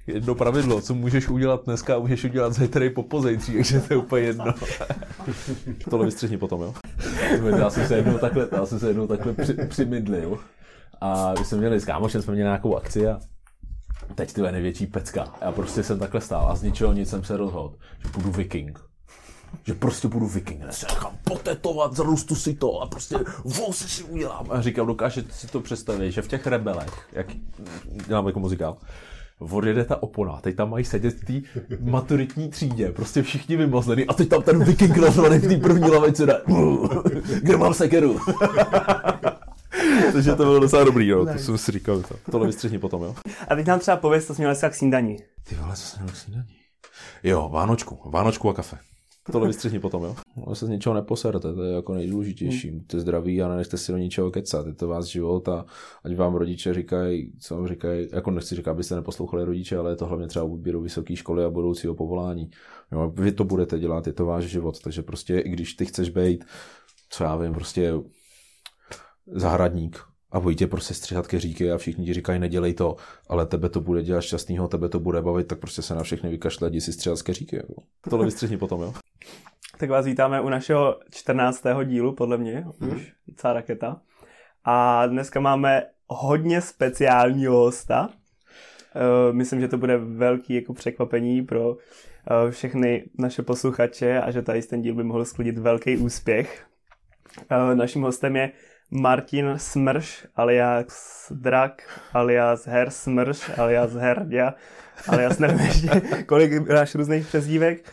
jedno pravidlo, co můžeš udělat dneska, můžeš udělat zítra i pozítří, takže to je úplně jedno. Tohle vystřihni potom, jo? Já jsem se jednou takhle přimydlil a když jsme měli s kámošem, jsme měli nějakou akci a teď ty největší pecka. Já prostě jsem takhle stál a z ničeho nic jsem se rozhodl, že budu viking. Že prostě budu viking, já se nechám potetovat, zarustu si to a prostě vousy si udělám. A říkám, dokážete si to představit, že v těch rebelech, jak dělám jako muzikál, odjede ta opona, teď tam mají sedět v té maturitní třídě, prostě všichni vymazlený a teď tam ten viking nazvaný v té první lavici, kde mám sekeru. Takže to bylo docela dobrý, jo, to jsem si říkal. Tohle vystřihni potom, jo. A teď nám třeba pověz, co jsi měl dneska k snídani. Ty vole, co jsem měl k snídani? Jo, Vánočku a kafe. Tohle vystřihni potom, jo. No, se z ničeho neposerte, to je jako nejdůležitější. Buďte zdraví a nenechte si do ničeho kecat. Je to vás život a ať vám rodiče říkají, co vám říkají, jako nechci říkat, abyste neposlouchali rodiče, ale je to hlavně třeba výběru vysoké školy a budoucího povolání. Jo, vy to budete dělat, je to váš život, takže prostě i když ty chceš být, co já vím, prostě zahradník a bojí tě prostě stříhat keříky a všichni ti říkají, nedělej to, ale tebe to bude dělat šťastnýho, tebe to bude bavit, tak prostě se na všechny vykašle a jdi si stříhat keříky. Jako. Tohle vystřihni potom, jo. Tak vás vítáme u našeho 14. dílu, podle mě, už docela raketa. A dneska máme hodně speciálního hosta. Myslím, že to bude velký jako překvapení pro všechny naše posluchače a že tady ten díl by mohl sklidit velký úspěch. Naším hostem je Martin Smrš, alias Drak, alias Herr Smrš, alias Herdia, alias nevím ještě, kolik máš různých přezdívek.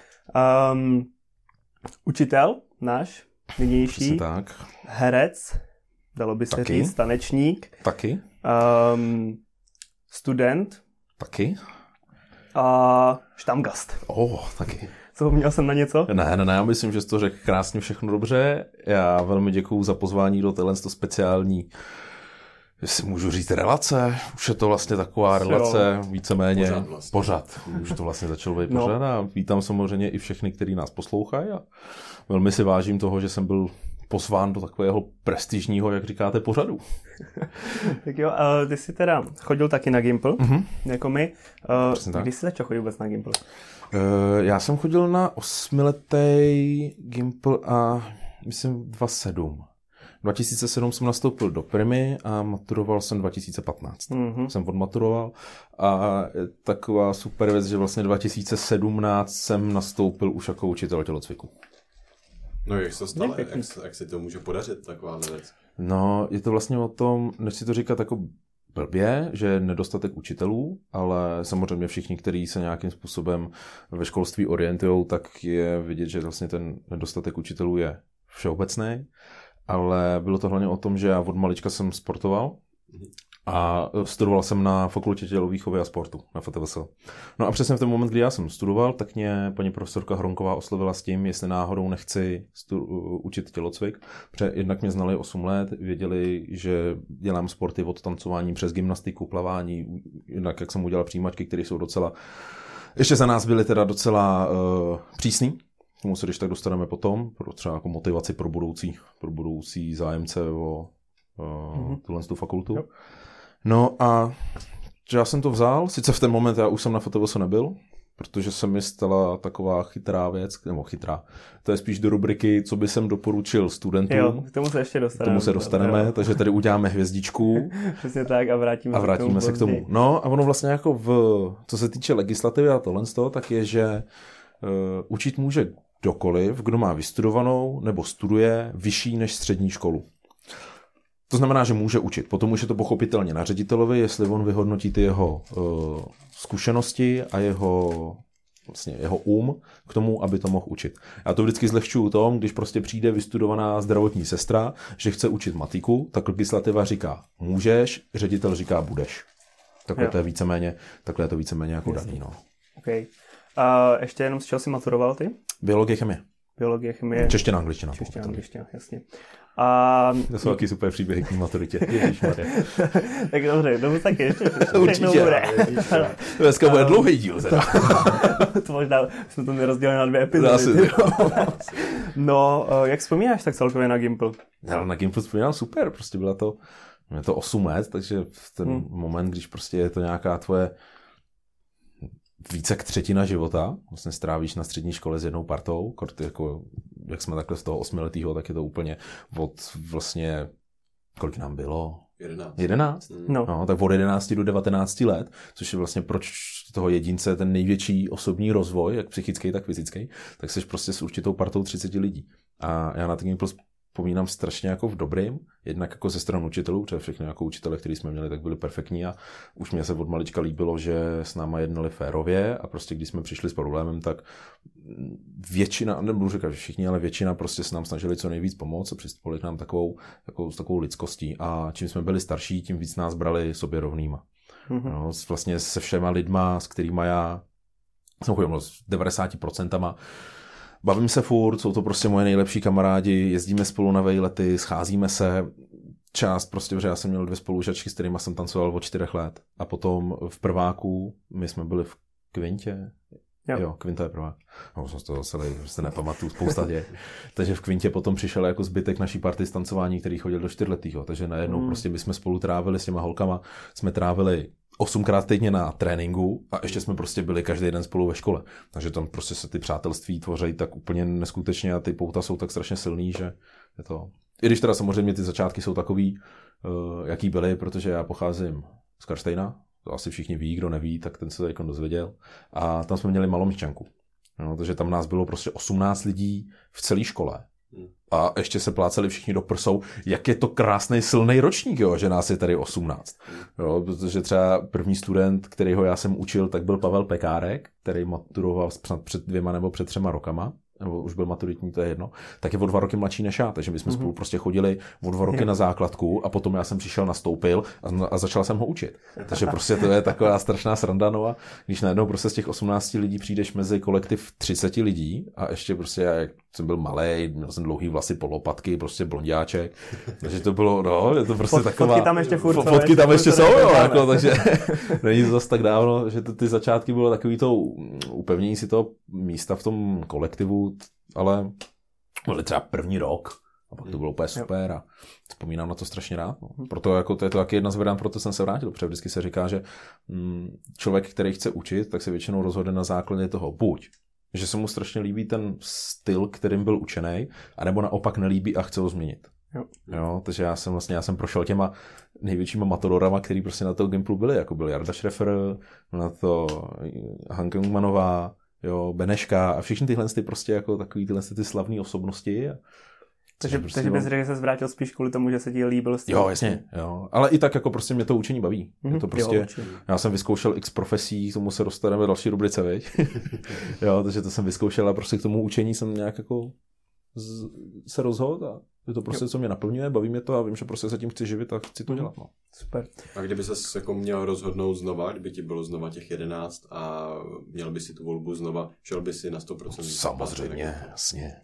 Učitel náš, nynější, herec, dalo by se taky říct, tanečník. Taky. Student. Taky. A štamgast. Taky. Zapomněl jsem na něco? Ne, já myslím, že jsi to řekl krásně všechno dobře. Já velmi děkuju za pozvání do téhle speciální, jestli můžu říct, relace. Už je to vlastně taková relace, víceméně pořad. Už to vlastně začalo být pořad a vítám samozřejmě i všechny, kteří nás poslouchají a velmi si vážím toho, že jsem byl pozván do takového prestižního, jak říkáte, pořadu. Tak jo, ty jsi teda chodil taky na Gimpl, jako my. Kdy jsi začal chodit vůbec na Gimpl? Já jsem chodil na 8letý Gimpl a myslím 2007 jsem nastoupil do Primy a maturoval jsem 2015. Jsem odmaturoval a taková super věc, že vlastně 2017 jsem nastoupil už jako učitel tělocviku. No jak se to stalo? Jak se to může podařit, taková věc? No, je to vlastně o tom, nechci to říkat jako blbě, že je nedostatek učitelů, ale samozřejmě všichni, kteří se nějakým způsobem ve školství orientujou, tak je vidět, že vlastně ten nedostatek učitelů je všeobecný, ale bylo to hlavně o tom, že já od malička jsem sportoval a studoval jsem na fakultě tělovýchovy a sportu na FTVS. No a přesně v ten moment, kdy já jsem studoval, tak mě paní profesorka Hronková oslovila s tím, jestli náhodou nechci učit tělocvik, protože jednak mě znali 8 let, věděli, že dělám sporty od tancování přes gymnastiku, plavání, jednak jak jsem udělal přijímačky, které jsou docela, ještě za nás byly teda docela přísný. K tomu se když tak dostaneme potom, pro třeba jako motivaci pro budoucí zájemce o tuhle fakultu. Jo. No a já jsem to vzal, sice v ten moment já už jsem na FTVS nebyl, protože se mi stala taková chytrá věc, nebo chytrá, to je spíš do rubriky, co by jsem doporučil studentům. Jo, k tomu se ještě dostaneme. K tomu se dostaneme, takže tady uděláme hvězdičku. Přesně tak a vrátíme se k tomu. No a ono vlastně jako co se týče legislativy a tohle z toho, tak je, že učit může kdokoliv, kdo má vystudovanou nebo studuje vyšší než střední školu. To znamená, že může učit. Potom už je to pochopitelně na ředitelovi, jestli on vyhodnotí ty jeho zkušenosti a jeho k tomu, aby to mohl učit. Já to vždycky zlehčuju tom, když prostě přijde vystudovaná zdravotní sestra, že chce učit matiku, tak legislativa říká můžeš, ředitel říká budeš. Takhle to je víceméně jako daný. No. Okay. A ještě jenom z čeho jsi maturoval ty? Biologie, chemie. Čeština, angličtina, jasně. To jsou taky super příběhy k maturitě. Tak dobře, taky ještě. Určitě. Dneska bude dlouhý díl. To možná jsme to nerozdělili na 2 epizody. No, jak vzpomínáš tak celkově na Gimpl? Na Gimpl vzpomínám super, prostě bylo to 8 let, takže v ten moment, když prostě je to nějaká tvoje více jak třetina života vlastně strávíš na střední škole s jednou partou, jako, jak jsme takhle z toho 8letého, tak je to úplně od vlastně, kolik nám bylo? 11? No, tak od 11 do 19 let, což je vlastně proč toho jedince ten největší osobní rozvoj, jak psychický, tak fyzický, tak jsi prostě s určitou partou 30 lidí. A já na ten Gimpl vzpomínám strašně jako v dobrým, jednak jako ze strany učitelů, protože všechny jako učitele, který jsme měli, tak byli perfektní a už mě se od malička líbilo, že s náma jednali férově a prostě když jsme přišli s problémem, tak většina, nebudu říkat, že všichni, ale většina prostě s nám snažili co nejvíc pomoct a přistupovali k nám s takovou lidskostí a čím jsme byli starší, tím víc nás brali sobě rovnýma. No, vlastně se všema lidma, s kterýma já jsem chodil s 90%, bavím se furt, jsou to prostě moje nejlepší kamarádi, jezdíme spolu na vejlety, scházíme se, část prostě, protože já jsem měl 2 spolužačky, s kterými jsem tancoval od 4 let a potom v prváku, my jsme byli v Kvintě, jo Kvinta je prvák, no jsem to zase nepamatuju, spousta děje, takže v Kvintě potom přišel jako zbytek naší party z tancování, který chodil do 4letýho, takže najednou prostě my jsme spolu trávili s těma holkama, jsme trávili 8krát týdně na tréninku a ještě jsme prostě byli každý den spolu ve škole. Takže tam prostě se ty přátelství tvoří tak úplně neskutečně a ty pouta jsou tak strašně silný, že je to... I když teda samozřejmě ty začátky jsou takový, jaký byly, protože já pocházím z Karstejna, to asi všichni ví, kdo neví, tak ten se to jako dozvěděl. A tam jsme měli Malomyšťanku. No, takže tam nás bylo prostě 18 lidí v celé škole. A ještě se pláceli všichni do prsou, jak je to krásný silný ročník, jo, že nás je tady 18. Jo, protože třeba první student, kterýho já jsem učil, tak byl Pavel Pekárek, který maturoval před 2 nebo před 3 rokama, nebo už byl maturitní, to je jedno, tak je o 2 roky mladší než já, takže my jsme spolu prostě chodili o 2 roky na základku a potom já jsem přišel, nastoupil a začal jsem ho učit. Takže prostě to je taková strašná sranda, no a když najednou prostě z těch 18 lidí přijdeš mezi kolektiv 30 lidí a ještě prostě já jsem byl malej, měl jsem dlouhý vlasy pod lopatky, prostě blondiáček, takže to bylo, no, je to prostě taková... Fotky tam ještě furt fotky tam ještě jsou, jo, jako, takže není to zase tak dávno, že ty začátky bylo takový to upevnění si toho místa v tom kolektivu, ale byli třeba první rok a pak to bylo úplně super a vzpomínám na to strašně rád. No. Proto jako, to je to taky jedna z variant, proto jsem se vrátil, protože vždycky se říká, že člověk, který chce učit, tak se většinou rozhodne na základě toho buď, že se mu strašně líbí ten styl, kterým byl učený, anebo naopak nelíbí a chce ho změnit. Jo, takže já jsem prošel těma největšíma matadorama, který prostě na toho Gimplu byli, jako byl Jarda Šrefer, na to Hanka Jungmanová, jo, Beneška a všichni tyhle prostě jako takový ty slavné osobnosti. Takže bys řekl, že se zvrátil spíš kvůli tomu, že se ti líbil styl. Jo, jasně, jo. Ale i tak jako prostě mě to učení baví. Je to prostě, já jsem vyzkoušel x profesí, k tomu se dostaneme v další rubrice, viď? Jo, takže to jsem vyzkoušel a prostě k tomu učení jsem nějak jako se rozhodl a je to prostě, co mě naplňuje, baví mě to a vím, že prostě se tím chci živit a chci to dělat. No. Super. A kdyby ses jako měl rozhodnout znova, kdyby ti bylo znova těch 11 a měl by si tu volbu znova, šel by si na 100%? Samozřejmě, jasně.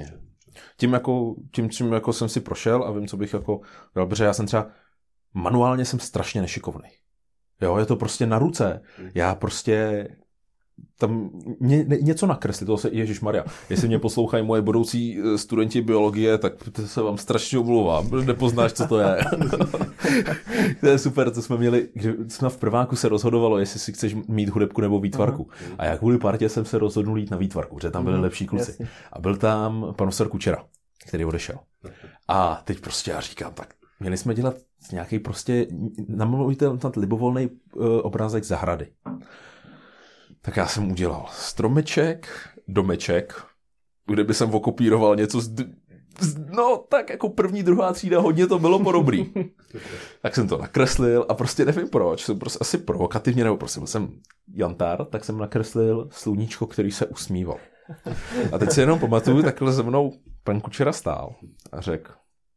Tím jako jsem si prošel a vím, co bych jako dal, protože já jsem třeba manuálně jsem strašně nešikovnej. Jo, je to prostě na ruce. Já prostě tam něco nakreslit, to se, ježišmarja, jestli mě poslouchají moje budoucí studenti biologie, tak se vám strašně omlouvám, nepoznáš, co to je. To je super, to jsme měli, když jsme v prváku se rozhodovalo, jestli si chceš mít hudebku nebo výtvarku. A já kvůli partě jsem se rozhodnul jít na výtvarku, protože tam byli lepší kluci. Jasně. A byl tam pan Kučera, který odešel. A teď prostě já říkám, tak měli jsme dělat nějaký prostě namluvitel libovolný obrázek zahrady. Tak já jsem udělal stromeček, domeček, kde by jsem okopíroval něco no tak jako první, druhá třída, hodně to bylo podobný. Tak jsem to nakreslil a prostě nevím proč, jsem prostě asi provokativně, nebo prostě byl jsem jantár, tak jsem nakreslil sluníčko, který se usmíval. A teď si jenom pamatuju, takhle ze mnou pan Kučera stál a řekl,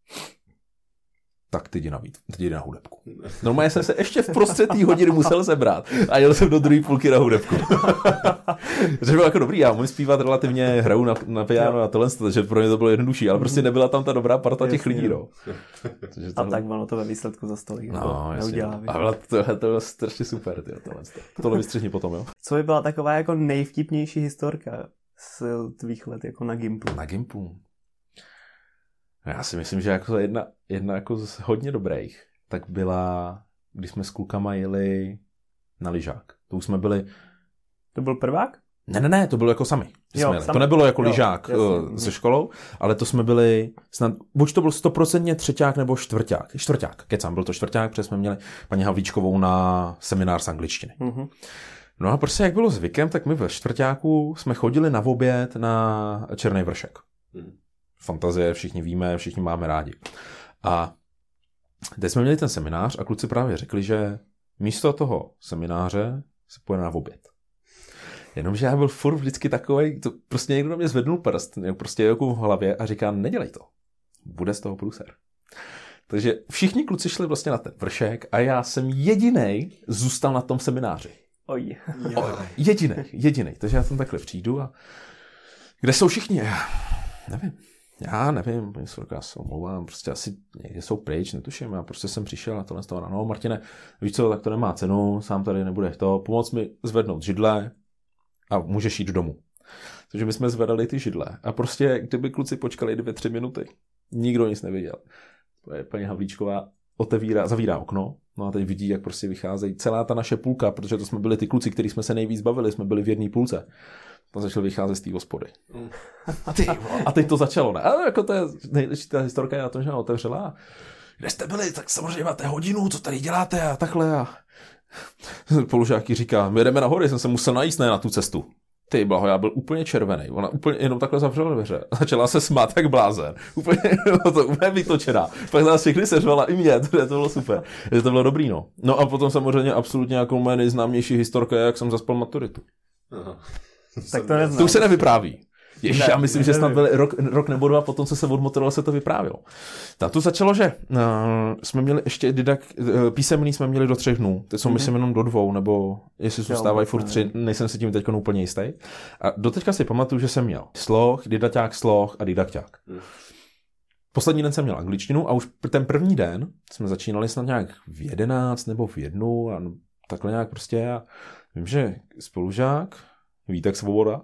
tak teď jdi na hudebku. Normálně jsem se ještě v prostřed té hodiny musel sebrat a jel jsem do druhé půlky na hudebku. Takže bylo jako dobrý, já můžu zpívat relativně, hraju na piano a tohle, takže pro mě to bylo jednodušší, ale prostě nebyla tam ta dobrá parta těch lidí. No. A tak ono to ve výsledku za stolik neudělá. Ale to bylo strašně super. Tohle vystřihni potom, jo. Co by byla taková jako nejvtipnější historka z tvých let jako na Gimplu? Na Gimplu? Já si myslím, že jako jedna jako z hodně dobrých, tak byla, když jsme s klukama jeli na lyžák. To už jsme byli To byl prvák? Ne, to bylo jako sami. Jo, To nebylo jako lyžák jasně. se školou, ale to jsme byli, snad, buď to byl 100% třeťák nebo čtvrťák, kecám, byl to čtvrťák, protože jsme měli paní Havlíčkovou na seminář z angličtiny. Mm-hmm. No a prostě jak bylo zvykem, tak my ve čtvrťáku jsme chodili na oběd na Černý vršek. Fantazie, všichni víme, všichni máme rádi. A teď jsme měli ten seminář a kluci právě řekli, že místo toho semináře se pojede na oběd. Jenomže já byl furt vždycky takovej, to prostě někdo na mě zvednul prst, prostě jako v hlavě a říká, nedělej to. Bude z toho průser. Takže všichni kluci šli vlastně na ten vršek a já jsem jedinej zůstal na tom semináři. Oj. Jedinej. Takže já tam takhle přijdu a kde jsou všichni? Já nevím, já se omlouvám, prostě asi někde jsou pryč, netuším, já prostě jsem přišel na tohle stava. No, Martine, víš co, tak to nemá cenu, sám tady nebudeš to, pomoct mi zvednout židle a můžeš jít domů. Takže my jsme zvedali ty židle a prostě, kdyby kluci počkali 2-3 minuty, nikdo nic neviděl. Paní Havlíčková zavírá okno, no a teď vidí, jak prostě vycházejí celá ta naše půlka, protože to jsme byli ty kluci, kteří jsme se nejvíc bavili, jsme byli v jedné půlce. To začal vycházet z té hospody. A teď to začalo, ne? Ale jako to je nejlepší ta historka, já to, že otevřela. Kde jste byli, tak samozřejmě máte hodinu, co tady děláte a takhle. A spolužáky říká, my jdeme na hory, jsem se musel najíst, ne na tu cestu. Ty blaho, já byl úplně červený. Ona úplně jenom takhle zavřela dveře. Začala se smát jak blázen. Úplně vytočená. Pak nás všechny seřvala i mě, to bylo super. To bylo dobrý, no. No a potom samozřejmě absolutně jako moje nejznámější historka je, jak jsem zaspal maturitu. Aha. Tak to neznám. To už se nevypráví. Ježiš, já myslím, že snad byl rok nebo dva potom, co se odmotorovalo, se to vyprávělo. To začalo, že jsme měli ještě písemný jsme měli do 3 dnů. Teď jsou myslím jenom do 2, nebo jestli zůstávají furt 3, nejsem si tím teď úplně jistý. A doteďka si pamatuju, že jsem měl sloh, didakťák, sloh a didakťák. Poslední den jsem měl angličtinu a už ten první den jsme začínali snad nějak v 11 nebo v 1 a takhle nějak prostě. A vím, že spolužák Vítek Svoboda,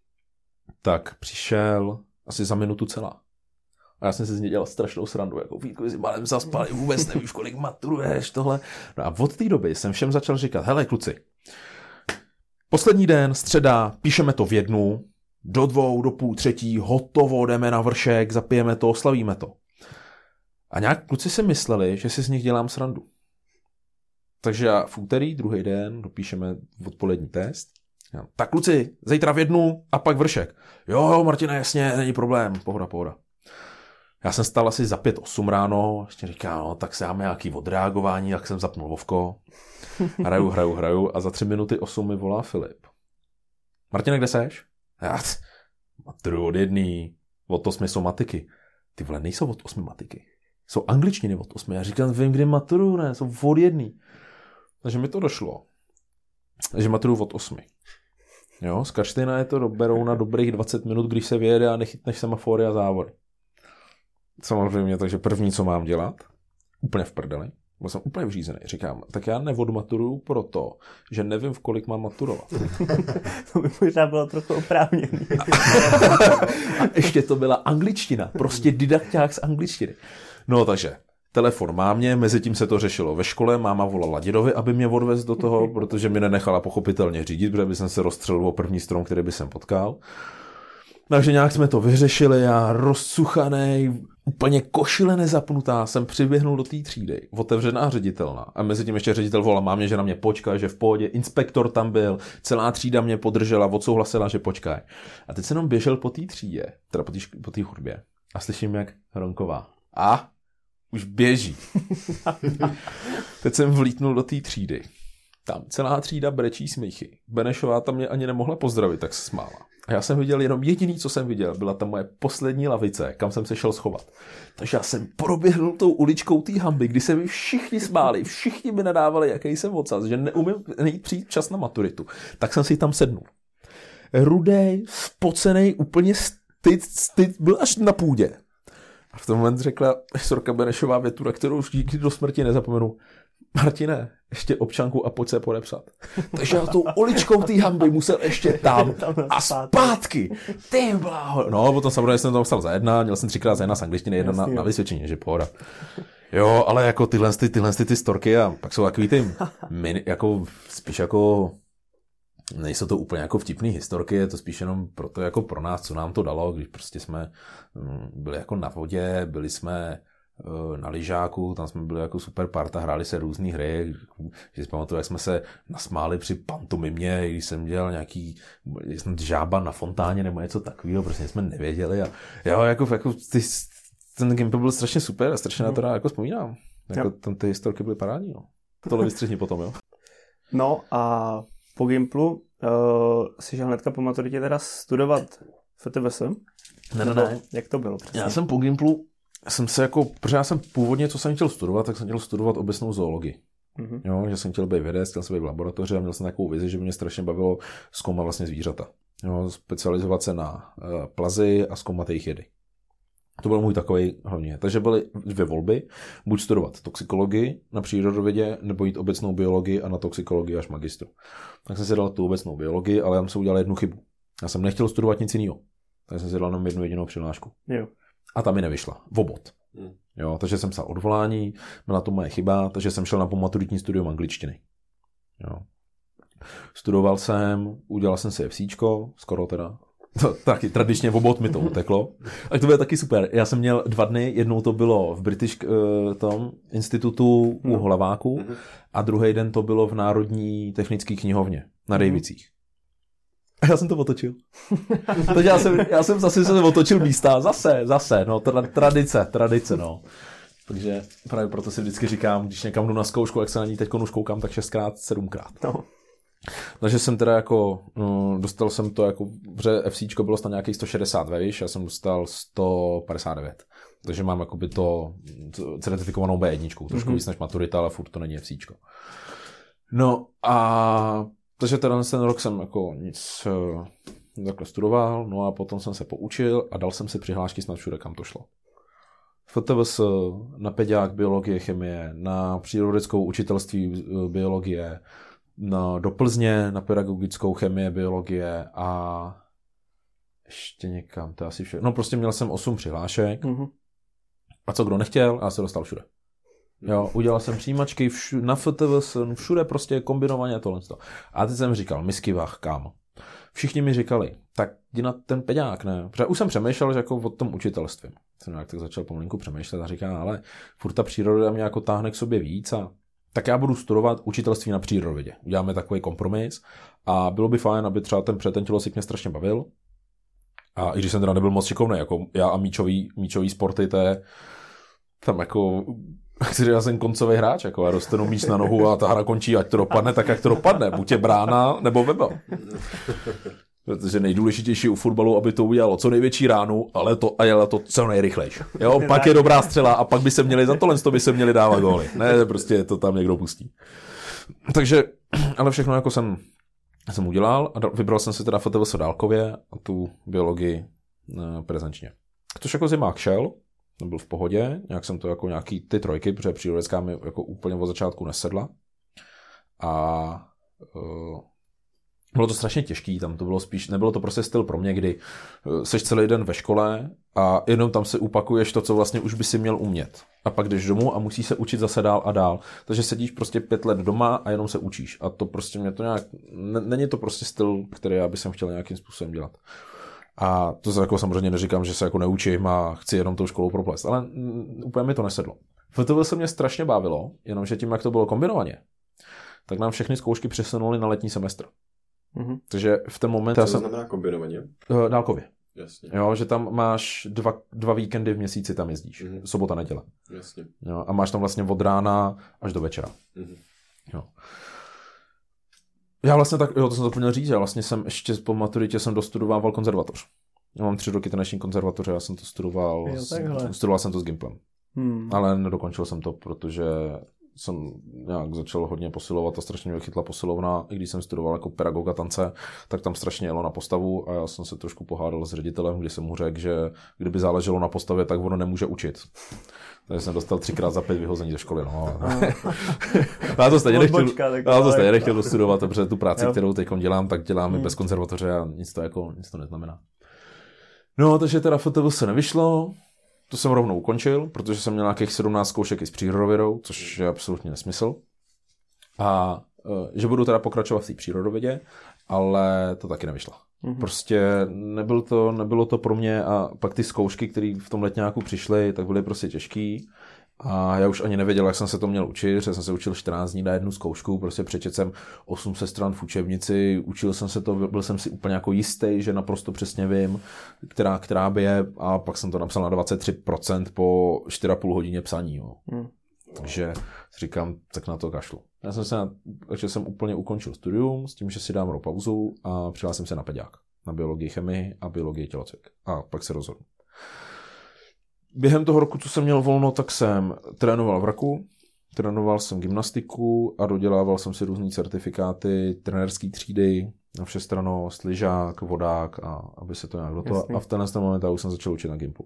tak přišel asi za minutu celá. A já jsem si z něj dělal strašnou srandu, jako Vítku, jsi malem zaspal, vůbec nevíš, kolik maturuješ, tohle. No a od té doby jsem všem začal říkat, hele kluci, poslední den, středa, píšeme to v 1, do 2, do 2:30, hotovo, jdeme na vršek, zapijeme to, oslavíme to. A nějak kluci si mysleli, že si z nich dělám srandu. Takže já v úterý, druhý den, dopíšeme odpolední test. Tak kluci, zítra v 1 a pak vršek. Jo, Martine, jasně, není problém, pohoda. Já jsem stál asi za 5-8 ráno, ještě říkám, no, tak se dáme nějaký odreagování, jak jsem zapnul Vovko. Hraju a za 3 minuty 8 mi volá Filip. Martine, kde seš? Já maturu od 1, od 8 jsou matiky. Ty vole, nejsou od 8 matiky. Jsou angličtiny od 8. Já říkám, vím, kdy maturu, ne, jsou od 1. Takže mi to došlo, že maturu od 8. Jo, z Karštejna je to berou na dobrých 20 minut, když se vyjede a nechytneš semafory a závody. Samozřejmě, takže první, co mám dělat, úplně v prdeli, byl jsem úplně vyřízený. Říkám, tak já neodmaturuju proto, že nevím, v kolik mám maturovat. To by možná bylo trochu oprávněný. A ještě to byla angličtina, prostě didakťák z angličtiny. No takže, telefon mámě, mezi tím se to řešilo ve škole, máma volala dědovi, aby mě odvez do toho, protože mi nenechala pochopitelně řídit, protože by jsem se rozstřelil o první strom, který by jsem potkal. Takže nějak jsme to vyřešili, já rozcuchanej, úplně košile nezapnutá, jsem přiběhnul do té třídy, otevřená ředitelna a mezi tím ještě ředitel volal mámě, že na mě počká, že v pohodě, inspektor tam byl, celá třída mě podržela, odsouhlasila, že počkaj. A teď jsem jenom běžel po té třídě, teda po té chodbě a slyším, jak Hronková. A už běží. Teď jsem vlítnul do té třídy. Tam celá třída brečí smíchy. Benešová tam mě ani nemohla pozdravit, tak se smála. A já jsem viděl jenom jediný, co jsem viděl, byla tam moje poslední lavice, kam jsem se šel schovat. Takže já jsem proběhnul tou uličkou té hanby, kdy se mi všichni smáli, všichni mi nadávali, jaký jsem ocas, že neumím přijít čas na maturitu. Tak jsem si tam sednul. Rudej, spocenej, úplně styt, byl až na půdě. A v tom moment řekla Sorka Benešová větu, na kterou už nikdy do smrti nezapomenu. Martine, ještě občanku a pojď se podepsat. Takže já tou uličkou té hanby musel ještě tam a zpátky. Ty bláho. No, potom samozřejmě jsem to psal za 1, měl jsem 3krát za 1 z angličtiny, 1 na vysvědčení, že pohoda. Jo, ale jako tyhle ty storky a pak jsou takový ty jako spíš jako nejsou to úplně jako vtipný historky, je to spíš jenom proto jako pro nás, co nám to dalo, když prostě jsme byli jako na vodě, byli jsme na lyžáku, tam jsme byli jako super parta, hráli se různý hry, že si pamatuju, jak jsme se nasmáli při pantomimě, když jsem dělal nějaký žába na fontáně nebo něco takového, prostě jsme nevěděli a jo, jako ten gameplay byl strašně super a strašně na to rád jako vzpomínám. Jako tam ty historky byly parádní, no. Tohle vystřihni potom, jo. No a po Gimplu si šel hnedka po maturitě teda studovat FTVS? Ne. Jak to bylo přesně? Já jsem po Gimplu, protože já jsem původně, co jsem chtěl studovat, tak jsem chtěl studovat obecnou zoologii. Mm-hmm. Jo, že jsem chtěl být vědec, chtěl jsem být v laboratoři a měl jsem takovou vizi, že by mě strašně bavilo zkoumat vlastně zvířata. Jo, specializovat se na plazy a zkoumat jejich jedy. To byl můj takový hlavně. Takže byly 2 volby. Buď studovat toxikologii na přírodovědě, nebo jít obecnou biologii a na toxikologii až magistru. Tak jsem si dal tu obecnou biologii, ale já jsem udělal jednu chybu. Já jsem nechtěl studovat nic jiného. Tak jsem si dal jenom jednu jedinou přihlášku. Jo. A ta mi nevyšla. V obod. Jo, takže jsem psal odvolání, byla to moje chyba, takže jsem šel na pomaturitní studium angličtiny. Jo. Studoval jsem, udělal jsem si FCčko, skoro teda. To, taky tradičně v obod mi to uteklo. A to bylo taky super. Já jsem měl 2 dny, jednou to bylo v British institutu u Hlaváku a druhý den to bylo v Národní technické knihovně na Dejvicích. A já jsem to otočil. Takže já jsem zase se otočil místa. Zase, no, tradice, no. Takže právě proto si vždycky říkám, když někam jdu na zkoušku, jak se na ní teď už koukám, tak 6x, 7x. No. Takže jsem teda jako, dostal jsem to jako, protože FCčko bylo snad nějakých 160 vejš, já jsem dostal 159. Takže mám jakoby to certifikovanou B1, trošku víc než maturita, ale furt to není FCčko. No a takže teda ten rok jsem jako nic takhle studoval, no a potom jsem se poučil a dal jsem si přihlášky snad všude, kam to šlo. FTVS, na peďák biologie, chemie, na přírodovědeckou učitelství biologie, do Plzně na pedagogickou chemie, biologie a ještě někam, to asi všechno. No prostě měl jsem 8 přihlášek a co kdo nechtěl, já se dostal všude. Jo, udělal jsem přijímačky na FTVS, všude prostě kombinovaně tohle. A teď jsem říkal, miskivách, kam? Všichni mi říkali, tak jdi na ten peďák, ne? Protože už jsem přemýšlel, že jako o tom učitelství. Jsem nějak tak začal pomalinku přemýšlet a říkal, ale furt ta příroda mě jako táhne k sobě víc a tak já budu studovat učitelství na přírodovědě. Uděláme takový kompromis a bylo by fajn, aby třeba ten tělocvik mě strašně bavil. A i když jsem teda nebyl moc šikovný, jako já a míčový sporty, to je tam jako, já jsem koncový hráč, jako já dostanu míč na nohu a ta hra končí, ať to dopadne, tak jak to dopadne, buď je brána nebo webel. Protože nejdůležitější u fotbalu, aby to udělalo co největší ránu, ale to co nejrychlejší. Jo, pak je dobrá střela a pak by se měli za to by se měli dávat góly. Ne, prostě to tam někdo pustí. Takže, ale všechno jako jsem udělal a vybral jsem si teda FTVS dálkově a tu biologii prezenčně. Což jako zimák šel, byl v pohodě, nějak jsem to jako nějaký ty trojky, protože přírodecká mi jako úplně od začátku nesedla. A bylo to strašně těžký, tam to bylo spíš, nebylo to prostě styl pro mě, kdy seš celý den ve škole a jenom tam se upakuješ to, co vlastně už by si měl umět. A pak jdeš domů a musíš se učit zase dál a dál. Takže sedíš prostě 5 let doma a jenom se učíš. A to prostě mě to nějak, není to prostě styl, který já bych chtěl nějakým způsobem dělat. A to jako samozřejmě neříkám, že se jako neučím a chci jenom tou školou proplést, ale úplně mi to nesedlo. FTV se mě strašně bavilo, jenomže tím, jak to bylo kombinovaně, tak nám všechny zkoušky přesunuli na letní semestr. Takže v ten moment... Co to znamená kombinovaně? Dálkově. Jasně. Jo, že tam máš dva víkendy v měsíci tam jezdíš. Sobota, neděle. Jasně. Jo, a máš tam vlastně od rána až do večera. Jo. Já vlastně tak, to jsem zapomněl říct, já vlastně jsem ještě po maturitě jsem dostudoval konzervatoř. Já mám 3 roky taneční konzervatoře, já jsem to studoval, studoval jsem to s Gimplem. Ale nedokončil jsem to, protože jsem nějak začal hodně posilovat a strašně mě chytla posilovna. I když jsem studoval jako pedagoga tance, tak tam strašně jelo na postavu a já jsem se trošku pohádal s ředitelem, kdy jsem mu řekl, že kdyby záleželo na postavě, tak ono nemůže učit. Takže jsem dostal 3x za 5 vyhození ze školy. No. Já to stejně nechtěl dostudovat, protože tu práci, kterou teď dělám, tak dělám i bez konzervatoře a nic to neznamená. No, takže teda FTV se nevyšlo. To jsem rovnou ukončil, protože jsem měl nějakých 17 zkoušek i s přírodovědou, což je absolutně nesmysl. A že budu teda pokračovat v té přírodovědě ale to taky nevyšlo. Prostě nebylo to pro mě a pak ty zkoušky, které v tom letňáku přišly, tak byly prostě těžký. A já už ani nevěděl, jak jsem se to měl učit, že jsem se učil 14 dní na jednu zkoušku, prostě přečetl jsem 800 stran v učebnici, učil jsem se to, byl jsem si úplně jako jistý, že naprosto přesně vím, která by je, a pak jsem to napsal na 23% po 4,5 hodině psaní. Jo. Takže si říkám, tak na to kašlu. Takže jsem úplně ukončil studium s tím, že si dám pauzu a přihlásil jsem se na peďák, na biologii, chemii a biologii tělocvik. A pak se rozhodnu. Během toho roku, co jsem měl volno, tak jsem trénoval v Raku, trénoval jsem gymnastiku a dodělával jsem si různý certifikáty, trenérský třídy, na všestrannost, lyžák, vodák, a aby se to nějak do toho. A v tenhle moment už jsem začal učit na Gimplu.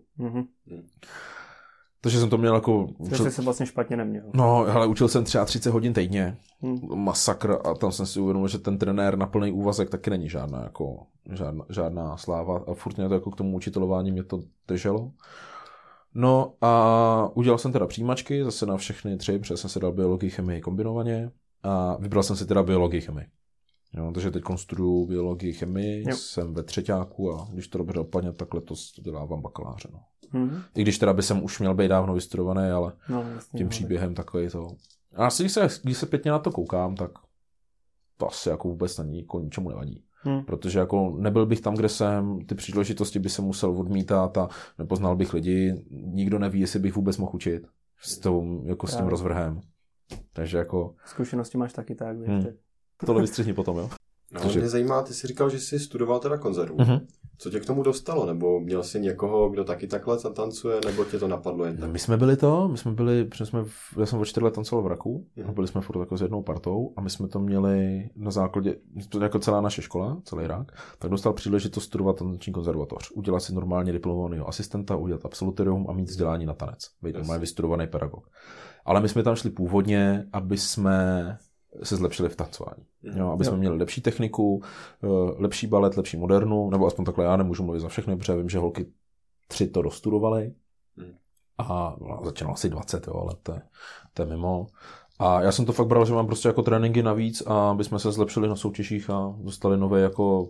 Takže jsem to měl jako... Takže jsi vlastně špatně neměl. No, hele, učil jsem 33 hodin týdně. Masakr, a tam jsem si uvědomil, že ten trenér na plný úvazek taky není žádná sláva a furt mě to jako k tomu učitelování mě to drželo. No a udělal jsem teda přijímačky zase na všechny 3, protože jsem si dal biologii, chemii kombinovaně a vybral jsem si teda biologii, chemii. Jo, takže teď studuju biologii, chemii, jsem ve 3. a když to dobře dopadne, tak letos dělávám bakaláře. No. I když teda by jsem už měl být dávno vystudovaný, ale tím příběhem takový to. A asi když se pěkně na to koukám, tak to asi jako vůbec není, ničemu nevadí. Protože jako nebyl bych tam, kde jsem, ty příležitosti by se musel odmítat a nepoznal bych lidi, nikdo neví, jestli bych vůbec mohl učit s tím rozvrhem. Takže jako... Zkušenosti máš taky tak, Tohle vystřihni potom, jo? No, mě zajímá, ty jsi říkal, že jsi studoval teda konzervu. Co tě k tomu dostalo? Nebo měl jsi někoho, kdo taky takhle tancuje, nebo tě to napadlo jen tak? My jsme byli, já jsem o 4 let tancoval v Raku, a byli jsme furt jako s jednou partou a my jsme to měli na základě, jako celá naše škola, celý Rak, tak dostal příležitost studovat tanční konzervatoř, udělat si normálně diplomovaného asistenta, udělat absolutorium a mít vzdělání na tanec, být normálně vystudovaný pedagog. Ale my jsme tam šli původně, aby jsme se zlepšili v tancování. Jo, aby jsme měli lepší techniku, lepší balet, lepší modernu, nebo aspoň takhle já nemůžu mluvit za všechny, protože vím, že holky 3 to dostudovaly a začínalo asi 20, jo, ale to je mimo. A já jsem to fakt bral, že mám prostě jako tréninky navíc, a aby jsme se zlepšili na soutěžích a dostali nový jako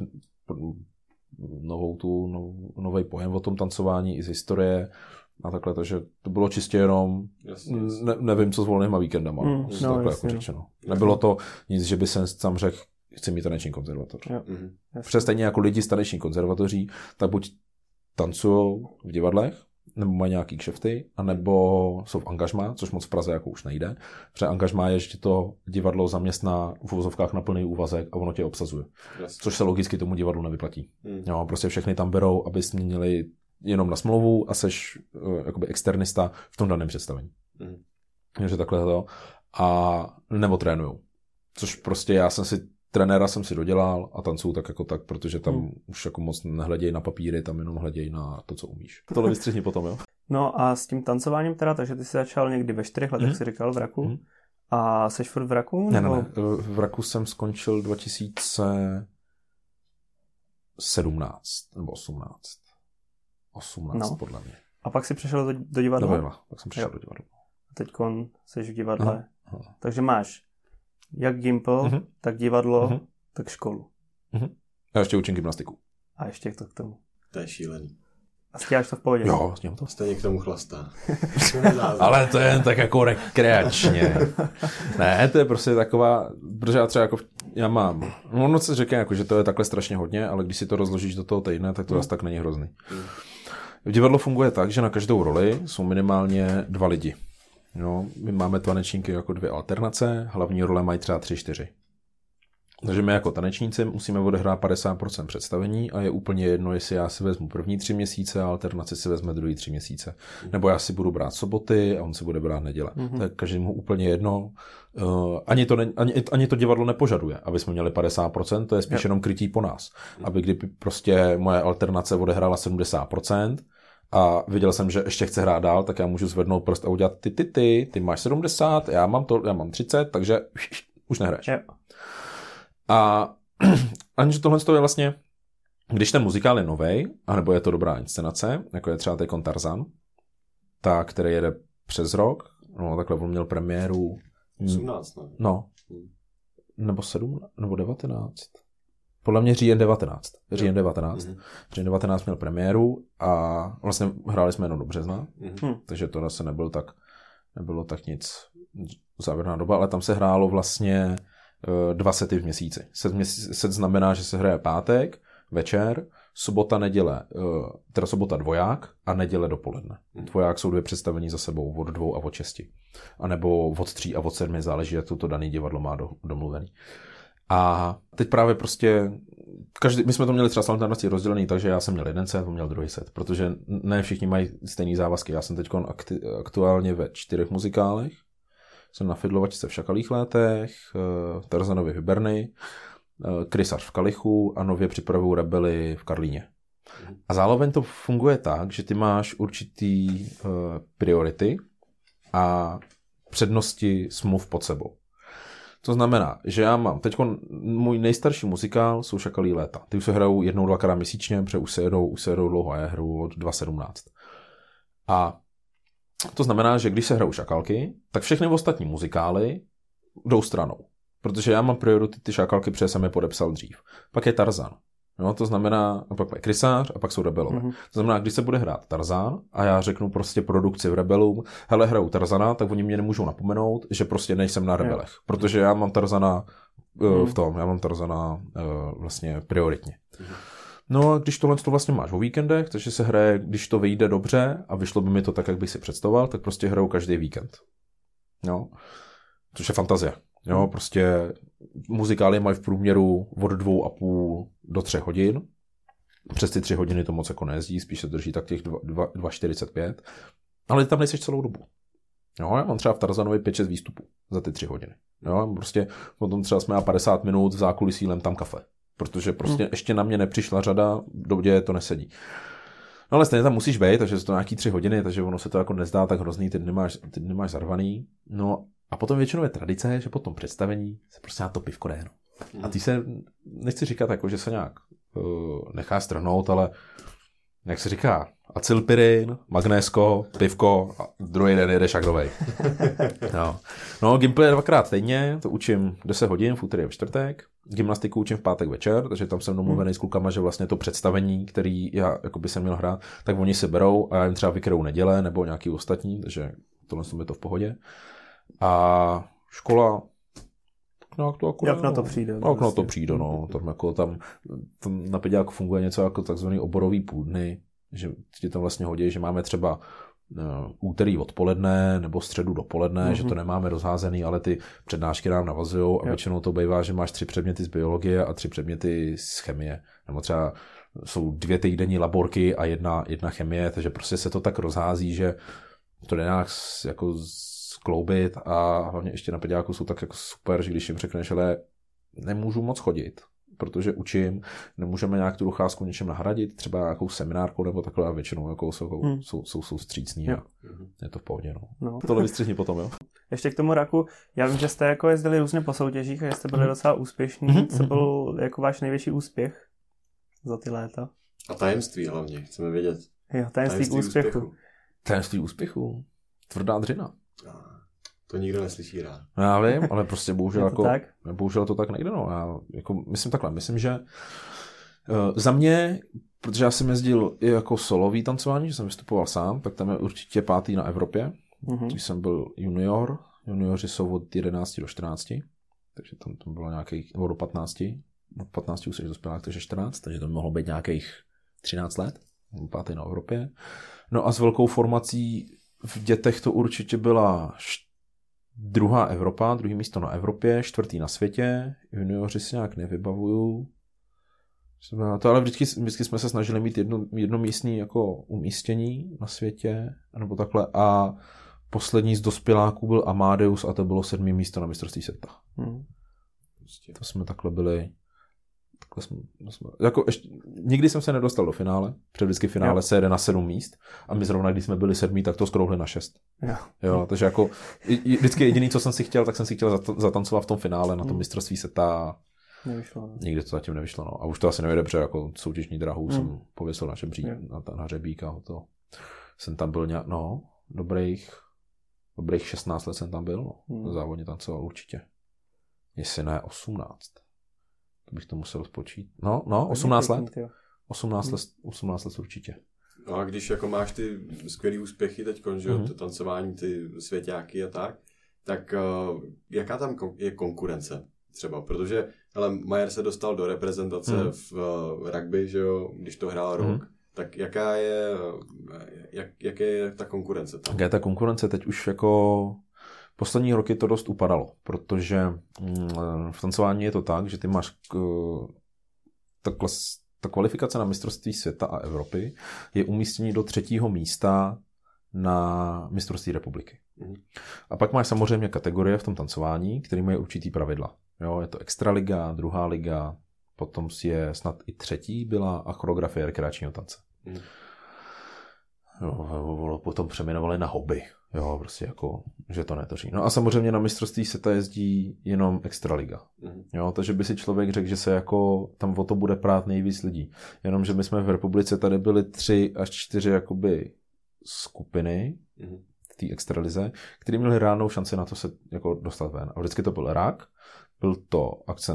nový pojem o tom tancování i z historie a takhle, takže to bylo čistě jenom nevím, co s volnýma víkendama, takhle jako řečeno. Nebylo to nic, že by jsem tam řekl, chci mít taneční konzervatoř. Protože stejně jako lidi z taneční konzervatoří, tak buď tancujou v divadlech, nebo mají nějaký kšefty, anebo jsou v angažmá, což moc v Praze jako už nejde. Protože angažmá je, že ti to divadlo zaměstná v uvozovkách na plný úvazek a ono tě obsazuje. Což se logicky tomu divadlu nevyplatí. Jo, prostě všechny tam berou, aby měli jenom na smlouvu a seš jakoby externista v tom daném představení. Takže takhle to. A nebo trénujou. Což prostě trenéra jsem si dodělal a tancuju tak jako tak, protože tam už jako moc nehledějí na papíry, tam jenom hledějí na to, co umíš. Tohle vystřihni potom, jo? No a s tím tancováním teda, takže ty jsi začal někdy ve 4 letech, si říkal, v Raku. A seš furt v Raku? Ne. V Raku jsem skončil 2017 nebo 18 podle mě. A pak jsi přešel do divadla? Pak jsem přešel do divadla. A teďkon seš v divadle. Takže máš jak Gimpl, tak divadlo, tak školu. Já ještě učím gymnastiku. A ještě to k tomu. To je šílený. A stíháš to v pohodě? Jo, stíhám to. Stejně k tomu chlastá. Ale to je jen tak jako rekreačně. Ne, to je prostě taková, protože já třeba jako, já mám, ono se řekne jako, že to je takhle strašně hodně, ale když si to rozložíš do toho týdne, tak to zase tak není hrozný. V divadlo funguje tak, že na každou roli jsou minimálně 2 lidi. Jo, my máme tanečníky jako 2 alternace, hlavní role mají třeba 3-4. Takže my jako tanečníci musíme odehrát 50% představení a je úplně jedno, jestli já si vezmu první 3 měsíce a alternaci si vezme druhý 3 měsíce. Nebo já si budu brát soboty a on si bude brát neděle. To je každému úplně jedno. Ani to divadlo nepožaduje, aby jsme měli 50%, to je spíš jenom krytí po nás. Aby kdyby prostě moje alternace odehrála 70%, a viděl jsem, že ještě chce hrát dál, tak já můžu zvednout prst a udělat ty máš 70, já mám 30, takže už nehraješ. A aniž tohle je vlastně, když ten muzikál je novej, anebo je to dobrá inscenace, jako je třeba teďkon Tarzan, tak, který jede přes rok, no takhle on měl premiéru 18, ne? No. Nebo 7, nebo 19. Podle mě říjen 19. Říjen 19 měl premiéru a vlastně hráli jsme jenom do března, takže to zase nebylo tak nic závěrná doba, ale tam se hrálo vlastně 2 sety v měsíci. Set znamená, že se hraje pátek, večer, sobota, neděle, teda sobota dvoják a neděle dopoledne. Dvoják jsou 2 představení za sebou, od 2 a od 6. A nebo od 3 a od 7, záleží, jak to daný divadlo má domluvený. A teď právě prostě, my jsme to měli třeba standardně rozdělený, takže já jsem měl 1 set, on měl druhý set, protože ne všichni mají stejný závazky. Já jsem teď aktuálně ve 4 muzikálech. Jsem na Fidlovačce v Šakalých létech, Tarzanovi v Hyberny, Krysař v Kalichu a nově připravuju Rebely v Karlíně. A zároveň to funguje tak, že ty máš určitý priority a přednosti smluv pod sebou. To znamená, že já mám teď můj nejstarší muzikál jsou Šakalí léta. Ty už se hrajou 1-2krát měsíčně, protože už se jedou dlouho a já hraju od 2017. A to znamená, že když se hrajou Šakalky, tak všechny ostatní muzikály jdou stranou. Protože já mám priority ty Šakalky, protože jsem je podepsal dřív. Pak je Tarzan. No, to znamená, a pak je Krysář a pak jsou Rebelové. To znamená, když se bude hrát Tarzan a já řeknu prostě produkci v Rebelům, hele, hrajou Tarzana, tak oni mě nemůžou napomenout, že prostě nejsem na Rebelech. Protože já mám Tarzana vlastně prioritně. No a když tohle to vlastně máš o víkendech, takže se hraje, když to vyjde dobře a vyšlo by mi to tak, jak bych si představoval, tak prostě hrajou každý víkend. No, což je fantazie. Jo, prostě muzikály mají v průměru od 2,5 do 3 hodin. Přes ty 3 hodiny to moc jako nejezdí, spíš se drží tak těch 2,45. Ale ty tam nejseš celou dobu. Jo, já mám třeba v Tarzanovi 5-6 výstupů za ty 3 hodiny. Jo, prostě potom třeba jsme na 50 minut v zákulisí lem tam kafe. Protože prostě ještě na mě nepřišla řada, do děje to nesedí. No ale stejně tam musíš být, takže jsou to nějaký 3 hodiny, takže ono se to jako nezdá tak hrozný, ty nemáš zarvaný. No a potom většinou je tradice, že po tom představení se prostě na to pivko jde. A ty se, nechci říkat jako, že se nějak nechá strhnout, ale jak se říká, acylpirin, magnésko, pivko a druhý den jedeš jak novej. No, Gimply je 2krát týdně, to učím 10 hodin v úterý a v čtvrtek. Gymnastiku učím v pátek večer, takže tam jsem domluvený s klukama, že vlastně to představení, který já jako by jsem měl hrát, tak oni si berou a já jim třeba vykryjou neděle nebo nějaký ostatní, takže tohle je to v pohodě. A škola, jak na to přijde. Jak na to přijde, no. Tam na Pediáku funguje něco jako takzvaný oborový půldny, že ti tam vlastně hodí, že máme třeba úterý odpoledne nebo středu dopoledne, že to nemáme rozházený, ale ty přednášky nám navazujou a většinou to bývá, že máš 3 předměty z biologie a 3 předměty z chemie. Nebo třeba jsou 2 týdenní laborky a jedna chemie, takže prostě se to tak rozhází, že to jde nějak jako skloubit a hlavně ještě na Pediáku jsou tak jako super, že když jim řekneš, ale nemůžu moc chodit, protože učím, nemůžeme nějak tu docházku něčem nahradit, třeba nějakou seminárkou nebo takhle a většinou jako jsou střícní a je to v pohodě. No. Tohle vystřihni potom, jo. Ještě k tomu raku, já vím, že jste jako jezdili různě po soutěžích a že jste byli docela úspěšní. Co byl jako váš největší úspěch za ty léta? A tajemství hlavně, chceme vědět. Jo, tajemství úspěchu. Tajemství úspěchu? Tvrdá dřina. To nikdo neslyší rád. Já vím, ale prostě bohužel to tak nejde. No. Já jako myslím, že za mě, protože já jsem jezdil i jako solový tancování, že jsem vystupoval sám, tak tam je určitě 5. na Evropě. Když jsem byl junior, junioři jsou od 11 do 14, takže tam bylo nějakých, nebo do 15, od 15 už jsi dospělák, takže 14, takže to mohlo být nějakých 13 let, 5. na Evropě. No a s velkou formací v dětech to určitě byla 2. Evropa, 2. místo na Evropě, 4. na světě, junioři si nějak nevybavuju. To, ale vždycky jsme se snažili mít jednomístní jako umístění na světě, nebo takhle, a poslední z dospěláků byl Amadeus a to bylo 7. místo na mistrovství světa. To jsme takhle byli. Jako nikdy jsem se nedostal do finále, protože vždycky finále se jede na 7 míst a my zrovna, když jsme byli 7, tak to skrouhli na 6. Jo, takže jako vždycky jediný, co jsem si chtěl, tak jsem si chtěl zatancovat v tom finále na tom mistrovství světa. Nevyšlo. No. Nikdy to zatím nevyšlo. No. A už to asi nejde, protože jako soutěžní drahu jsem pověsil na hřebík a to jsem tam byl dobrých 16 let jsem tam byl. Závodně tancoval určitě. Jestli ne 18. To bych to musel spočít. No, 18 let. 18 let určitě. No a když jako máš ty skvělý úspěchy teď, že to tancování, ty svěťáky a tak jaká tam je konkurence třeba? Protože Majer se dostal do reprezentace v rugby, že jo, když to hrál rok. Tak jaká je ta konkurence tam? Jaká je ta konkurence? Teď už jako poslední roky to dost upadalo, protože v tancování je to tak, že ty máš ta kvalifikace na mistrovství světa a Evropy je umístění do 3. místa na mistrovství republiky. A pak máš samozřejmě kategorie v tom tancování, které mají určitý pravidla. Jo, je to extraliga, 2. liga, potom je snad i 3. byla a choreografie rekreačního tance. Jo, potom přeměnovali na hobby. Jo, prostě jako, že to netoří. No a samozřejmě na mistrovství světa jezdí jenom extraliga. Jo, takže by si člověk řekl, že se jako tam o to bude prát nejvíc lidí. Jenomže my jsme v republice tady byli 3 až 4 jakoby skupiny v té extralize, které měly reálnou šanci na to se jako dostat ven. A vždycky to byl Rak, byl to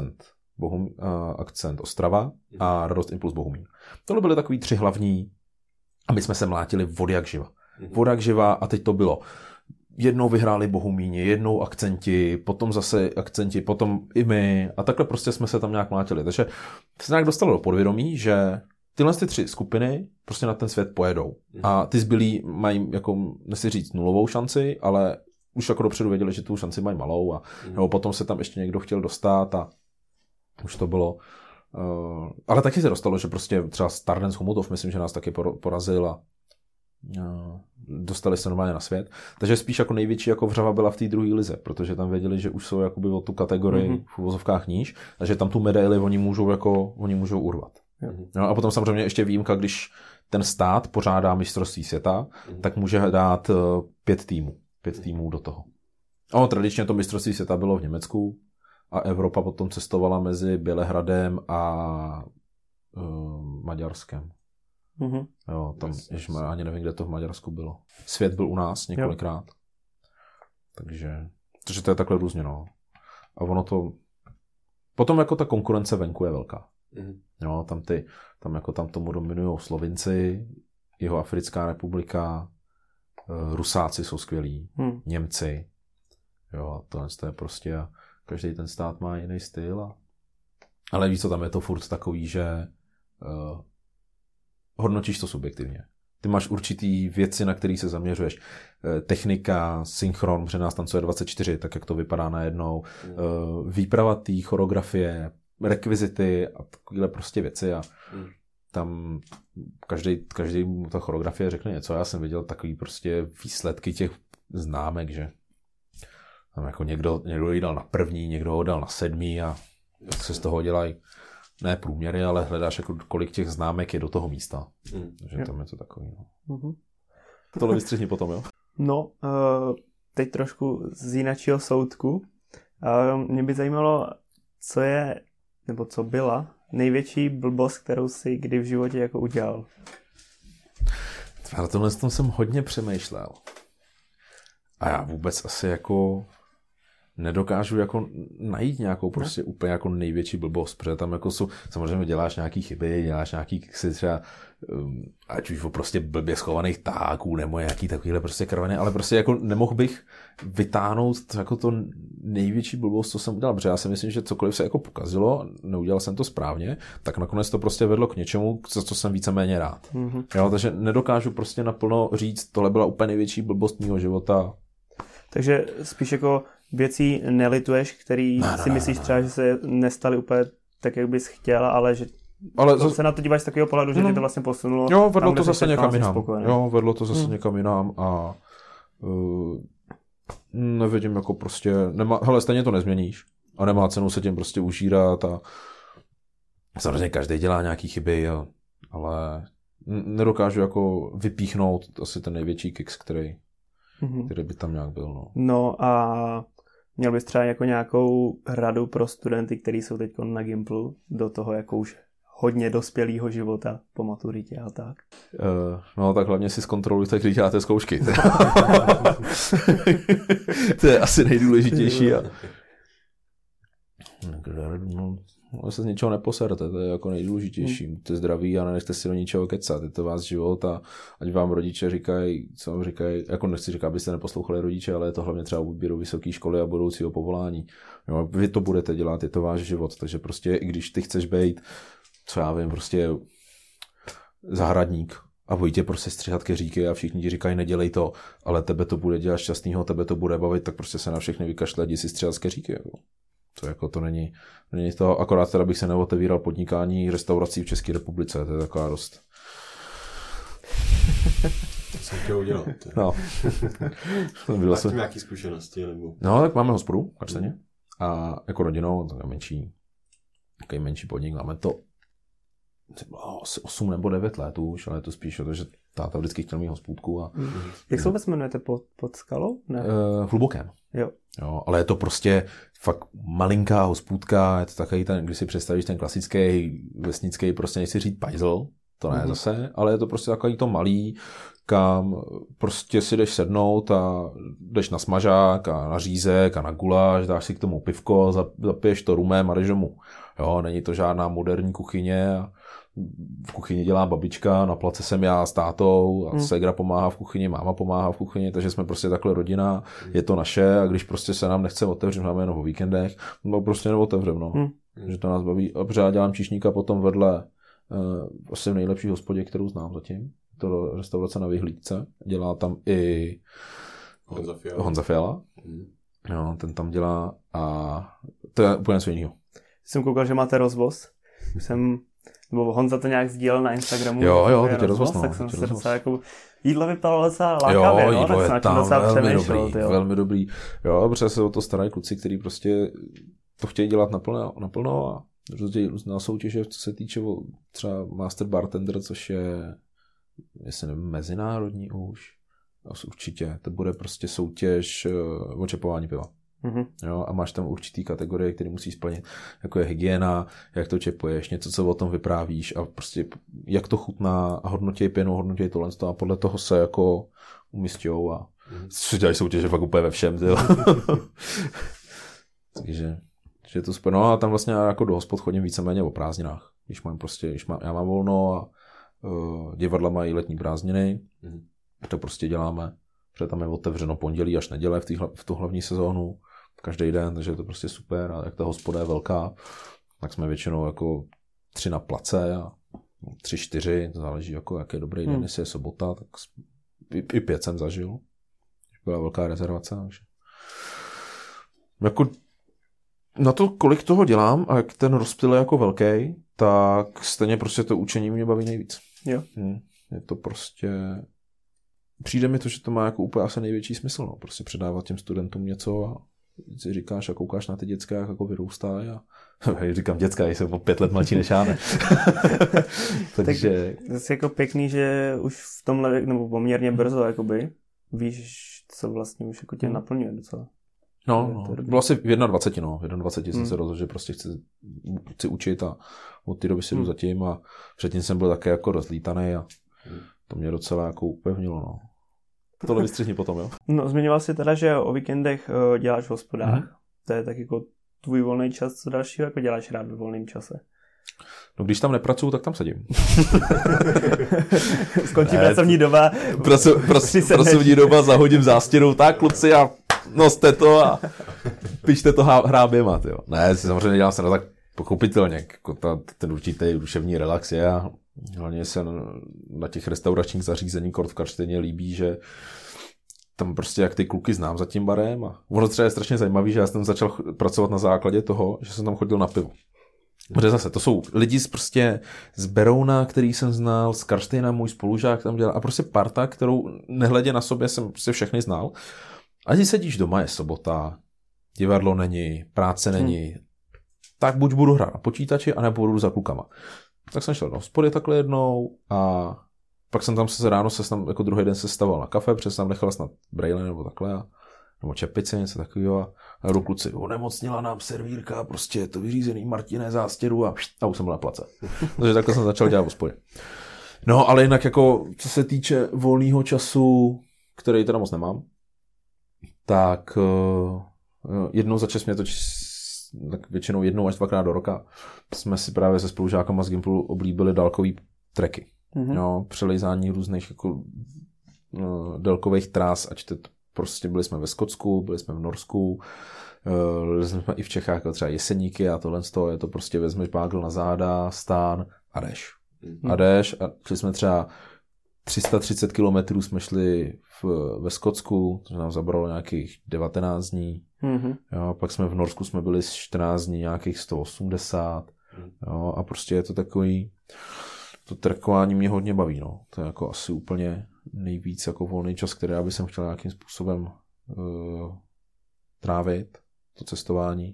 akcent Ostrava a Radost Impuls Bohumín. Tohle byly takový 3 hlavní, a my jsme se mlátili vodak živa a teď to bylo. Jednou vyhráli Bohumíni, jednou akcenti, potom zase akcenti, potom i my a takhle prostě jsme se tam nějak mlátili. Takže se nějak dostalo do podvědomí, že tyhle 3 skupiny prostě na ten svět pojedou. A ty zbylí mají, jako, nechci říct, nulovou šanci, ale už jako dopředu věděli, že tu šanci mají malou a nebo potom se tam ještě někdo chtěl dostat a už to bylo. Ale taky se dostalo, že prostě třeba Stardance Chomutov, myslím, že nás taky porazil a dostali se normálně na svět. Takže spíš jako největší jako vřava byla v té 2. lize, protože tam věděli, že už jsou jakoby o tu kategorii v uvozovkách níž, takže tam tu medaili oni můžou urvat. No a potom samozřejmě ještě výjimka, když ten stát pořádá mistrovství světa, tak může dát 5 týmů. 5 týmů do toho. Tradičně to mistrovství světa bylo v Německu a Evropa potom cestovala mezi Bělehradem a Maďarskem. Jo, tam ani nevím, kde to v Maďarsku bylo. Svět byl u nás několikrát. Takže to je takhle různě, no. A ono to... Potom jako ta konkurence venku je velká. Jo, tam tomu dominují Slovinci, Jihoafrická republika, Rusáci jsou skvělí, Němci. Jo, to je prostě... Každý ten stát má jiný styl. Ale víš co, tam je to furt takový, že hodnotíš to subjektivně. Ty máš určitý věci, na které se zaměřuješ. Technika, synchron, protože nás tancuje 24, tak jak to vypadá najednou. Výprava té choreografie, rekvizity a takovéhle prostě věci. A tam každý ta choreografie řekne něco. Já jsem viděl takový prostě výsledky těch známek, že tam jako někdo ji dal na 1., někdo ho dal na 7. a se z toho dělají ne průměry, ale hledáš, jako kolik těch známek je do toho místa. Takže tam je to takový. No. Tohle vystřihni potom, jo? No, teď trošku z jiného soudku. Mě by zajímalo, co je, nebo co byla největší blbost, kterou jsi kdy v životě jako udělal. Na tomhle jsem hodně přemýšlel. A já vůbec asi jako nedokážu jako najít nějakou prostě úplně jako největší blbost, protože tam jako jsou, samozřejmě děláš nějaký chyby, děláš nějaký třeba, ať už o prostě blbě schovaných táků nebo nějaký takovýhle prostě krvany, ale prostě jako nemohl bych vytáhnout jako to největší blbost, co jsem udělal, protože já si myslím, že cokoliv se jako pokazilo, neudělal jsem to správně, tak nakonec to prostě vedlo k něčemu, za co jsem víceméně rád. Jo, takže nedokážu prostě naplno říct, tohle byla úplně největší blbost mýho života. Takže spíš jako věcí nelituješ, který si myslíš třeba, že se nestaly úplně tak, jak bys chtěla, ale že se na to díváš z takového pohledu, že tě to vlastně posunulo. Jo, vedlo to zase někam jinam. Jo, vedlo to zase někam jinam a nevidím jako prostě, hele, stejně to nezměníš a nemá cenu se tím prostě užírat a samozřejmě každý dělá nějaký chyby, ale nedokážu jako vypíchnout asi ten největší kiks, který by tam nějak byl. No a měl bys třeba jako nějakou radu pro studenty, kteří jsou teď na Gimplu, do toho jako už hodně dospělého života po maturitě a tak? No tak hlavně si zkontrolujte, když děláte zkoušky. To je asi nejdůležitější. se z ničeho neposerte, to je jako nejdůležitější. Buďte zdraví a nenechte si do ničeho kecat, je to vás život a ať vám rodiče říkají, co vám říkají, jako nechci říkat, abyste neposlouchali rodiče, ale je to hlavně třeba výběru vysoké školy a budoucího povolání. Jo, vy to budete dělat, je to váš život, takže prostě i když ty chceš být, co já vím, prostě zahradník a bojí tě prostě stříhat keříky a všichni ti říkají, nedělej to, ale tebe to bude dělat šťastnýho, tebe to bude bavit, tak prostě se na všechny vykašle a jdi si stříhat keříky. Jako. To jako to není to, akorát teda bych se neotevíral podnikání restaurací v České republice, to je taková dost. To jsem chtěl udělat. No. Máš tím nějaký zkušenosti? Nebo... No, tak máme hospodu v Karsteně a jako rodinou, takový menší podnik, máme to asi 8 nebo 9 let už, ale je to spíš o to, že táta vždycky chtěl mít hospůdku. Jak se vůbec jmenujete pod skalou? Ne? V Hlubokém. Jo, ale je to prostě fakt malinká hospůdka, je to takový ten, když si představíš ten klasický vesnický, prostě nechci říct pajzl, to ne zase, ale je to prostě takový to malý, kam prostě si jdeš sednout a jdeš na smažák a na řízek a na guláš, dáš si k tomu pivko, zapiješ to rumem a jdeš domů. Jo, není to žádná moderní kuchyně. V kuchyni dělá babička, na place jsem já s tátou a ségra pomáhá v kuchyni, máma pomáhá v kuchyni, takže jsme prostě takhle rodina, je to naše a když prostě se nám nechce otevřít, máme jenom o víkendech, no prostě neotevřem, no. Že to nás baví. A protože já dělám číšníka potom vedle asi v nejlepší hospodě, kterou znám zatím, to restaurace na Vyhlídce, dělá tam i Honza Fiala. Jo, ten tam dělá a to je úplně něco jiného. Jsem koukal, že máte rozvoz. Nebo Honza to nějak sdílel na Instagramu. Jo, to je rozvoz, tak jsem se docela jako... Jídlo vypadalo docela lákavě, jo, jídlo je tam velmi dobrý. Jo, protože se o to starají kluci, kteří prostě to chtějí dělat naplno a různá soutěže, co se týče třeba Master Bartender, což je, jestli nevím, mezinárodní už. Určitě, to bude prostě soutěž o čepování piva. Jo, a máš tam určitý kategorie, které musíš splnit, jako je hygiena, jak to čepuješ, něco, co o tom vyprávíš a prostě jak to chutná a hodnotěj pěnu, hodnotěj tohle a podle toho se jako umistějou a co dělají soutěže fakt úplně ve všem. Takže to super. No a tam vlastně jako do hospod chodím víceméně o prázdninách. Já mám volno a divadla mají letní prázdniny, to prostě děláme, protože tam je otevřeno pondělí až neděle v tu hlavní sezónu, každý den, takže je to prostě super a jak ta hospoda je velká, tak jsme většinou jako 3 na place a 3-4, to záleží jako jak je dobrý den, jestli je sobota, tak i 5 jsem zažil, byla velká rezervace, takže jako na to, kolik toho dělám a jak ten rozptyl je jako velký, tak stejně prostě to učení mě baví nejvíc. Jo. Je to prostě... Přijde mi to, že to má jako úplně asi největší smysl, no. Prostě předávat těm studentům něco a si říkáš a koukáš na ty děcka, jak jako vyrůstají a říkám děcka, jsou o 5 let mladší než já, ne. Takže... Tak to je jako pěkný, že už v tomhle, nebo poměrně brzo, jakoby, víš, co vlastně už jako tě naplňuje docela. No. Bylo asi v 21, V 21 jsem se rozhodl, že prostě chci učit a od té doby si jdu zatím a předtím jsem byl také jako rozlítaný a to mě docela jako upevnilo, no. Tohle vystřihni potom, jo? No, zmiňoval jsi teda, že o víkendech děláš v hospodách. To je tak jako tvůj volný čas, co dalšího jako děláš rád ve volném čase? No, když tam nepracuju, tak tam sedím. Skončí pracovní doba. Pracovní doba, zahodím zástěnou, tak kluci a noste to a pište to hráběma, jo. Ne, si samozřejmě dělám se tak pochopitelně, jako ten určitý duševní relax je a hlavně se na těch restauračních zařízení kort v Karstejně líbí, že tam prostě jak ty kluky znám za tím barem a ono třeba je strašně zajímavý, že já jsem začal pracovat na základě toho, že jsem tam chodil na pivo. Protože zase, to jsou lidi z Berouna, který jsem znal, z Karstejna, můj spolužák tam dělal a prostě parta, kterou nehledě na sobě jsem prostě všechny znal. A když sedíš doma, je sobota, divadlo není, práce není, tak buď budu hrát na počítači, anebo budu za klukama. Tak jsem šel do hospody takhle jednou a pak jsem tam ráno jako druhý den se stavoval na kafe, protože jsem tam nechal snad brejle nebo takhle, nebo čepice, něco takového a jdu kluci, onemocnila nám servírka, prostě je to vyřízený Martiné zástěru a už jsem byl na place. Takže takhle jsem začal dělat v hospodě. No, ale jinak jako, co se týče volného času, který teda moc nemám, tak jednou za čas mě to tak většinou 1 až 2krát do roka jsme si právě se spolužákama z Gimplu oblíbili dálkový treky. Jo, přelejzání různých jako délkových trás, ať to prostě byli jsme ve Skotsku, byli jsme v Norsku, byli jsme i v Čechách, jako třeba Jeseníky a tohle z toho, je to prostě vezmeš bágl na záda, stán a jdeš. A šli jsme třeba 330 kilometrů jsme šli ve Skotsku, to nám zabralo nějakých 19 dní. Jo, pak jsme v Norsku jsme byli 14 dní, nějakých 180. Jo, a prostě je to takový, to trekování mě hodně baví. No. To je jako asi úplně nejvíc jako volný čas, který já bych chtěl nějakým způsobem trávit, to cestování.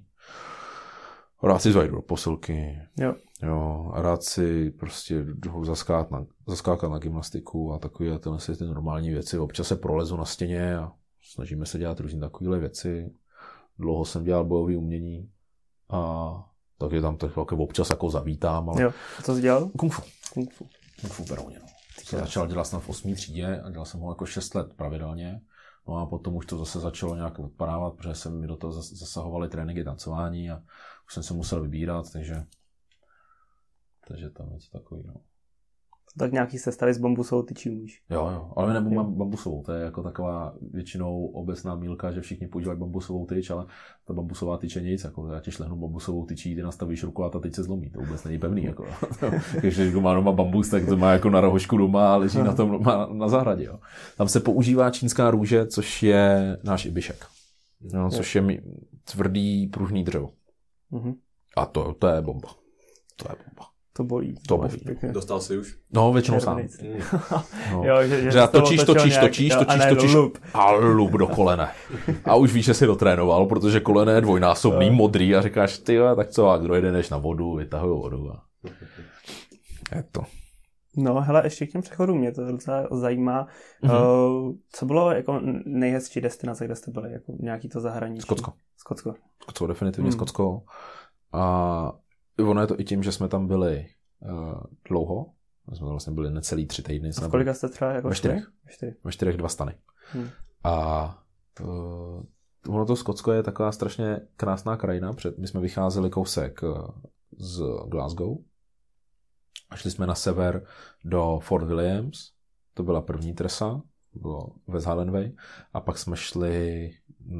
Rád si zajdu do posilky. Jo, a rád si prostě zaskákat na gymnastiku a takové ty normální věci. Občas se prolezu na stěně a snažíme se dělat různé takovéhle věci. Dlouho jsem dělal bojové umění a taky tam tak občas jako zavítám. Ale... Jo, a co jsi dělal? Kung fu Berouně, no. Jsem začal dělat snad v 8. třídě a dělal jsem ho jako 6 let pravidelně. No a potom už to zase začalo nějak odpadávat, protože se mi do toho zasahovaly tréninky tancování a už jsem se musel vybírat, takže tam je to takový, no. Tak nějaký sestavy s bambusovou tyčí umíš? Jo, ale my nebudeme bambusovou, to je jako taková většinou obecná mýlka, že všichni používají bambusovou tyč, ale ta bambusová tyč je nic, jako já ti šlehnu bambusovou tyčí, ty nastavíš ruku a ta tyč se zlomí, to vůbec není pevný, jako. Když má doma bambus, tak to má jako na rohošku doma a leží na tom na zahradě, jo. Tam se používá čínská růže, což je náš ibišek, no, což je tvrdý pružný dřevo. A to je bomba. To bolí. To bolí. Dostal jsi už? No, většinou sám. No. Jo, že točíš a lup do kolene. A už víš, že jsi dotrénoval, protože kolene je dvojnásobný, modrý a říkáš, ty tak co, a kdo jedeš na vodu, vytahuju vodu. A... je to. No, hele, ještě k těm přechodům, mě to docela zajímá. Co bylo jako nejhezčí destinace, kde jste byli? Jako nějaký to zahraničí? Skotsko, definitivně Skotsko. A ono je to i tím, že jsme tam byli dlouho. Jsme vlastně byli necelý 3 týdny. A v kolika jste třeba? Jako ve 4 2 stany. A ono to Skotsko je taková strašně krásná krajina. My jsme vycházeli kousek z Glasgow a šli jsme na sever do Fort Williams. To byla první trasa, bylo West Highland Way. A pak jsme šli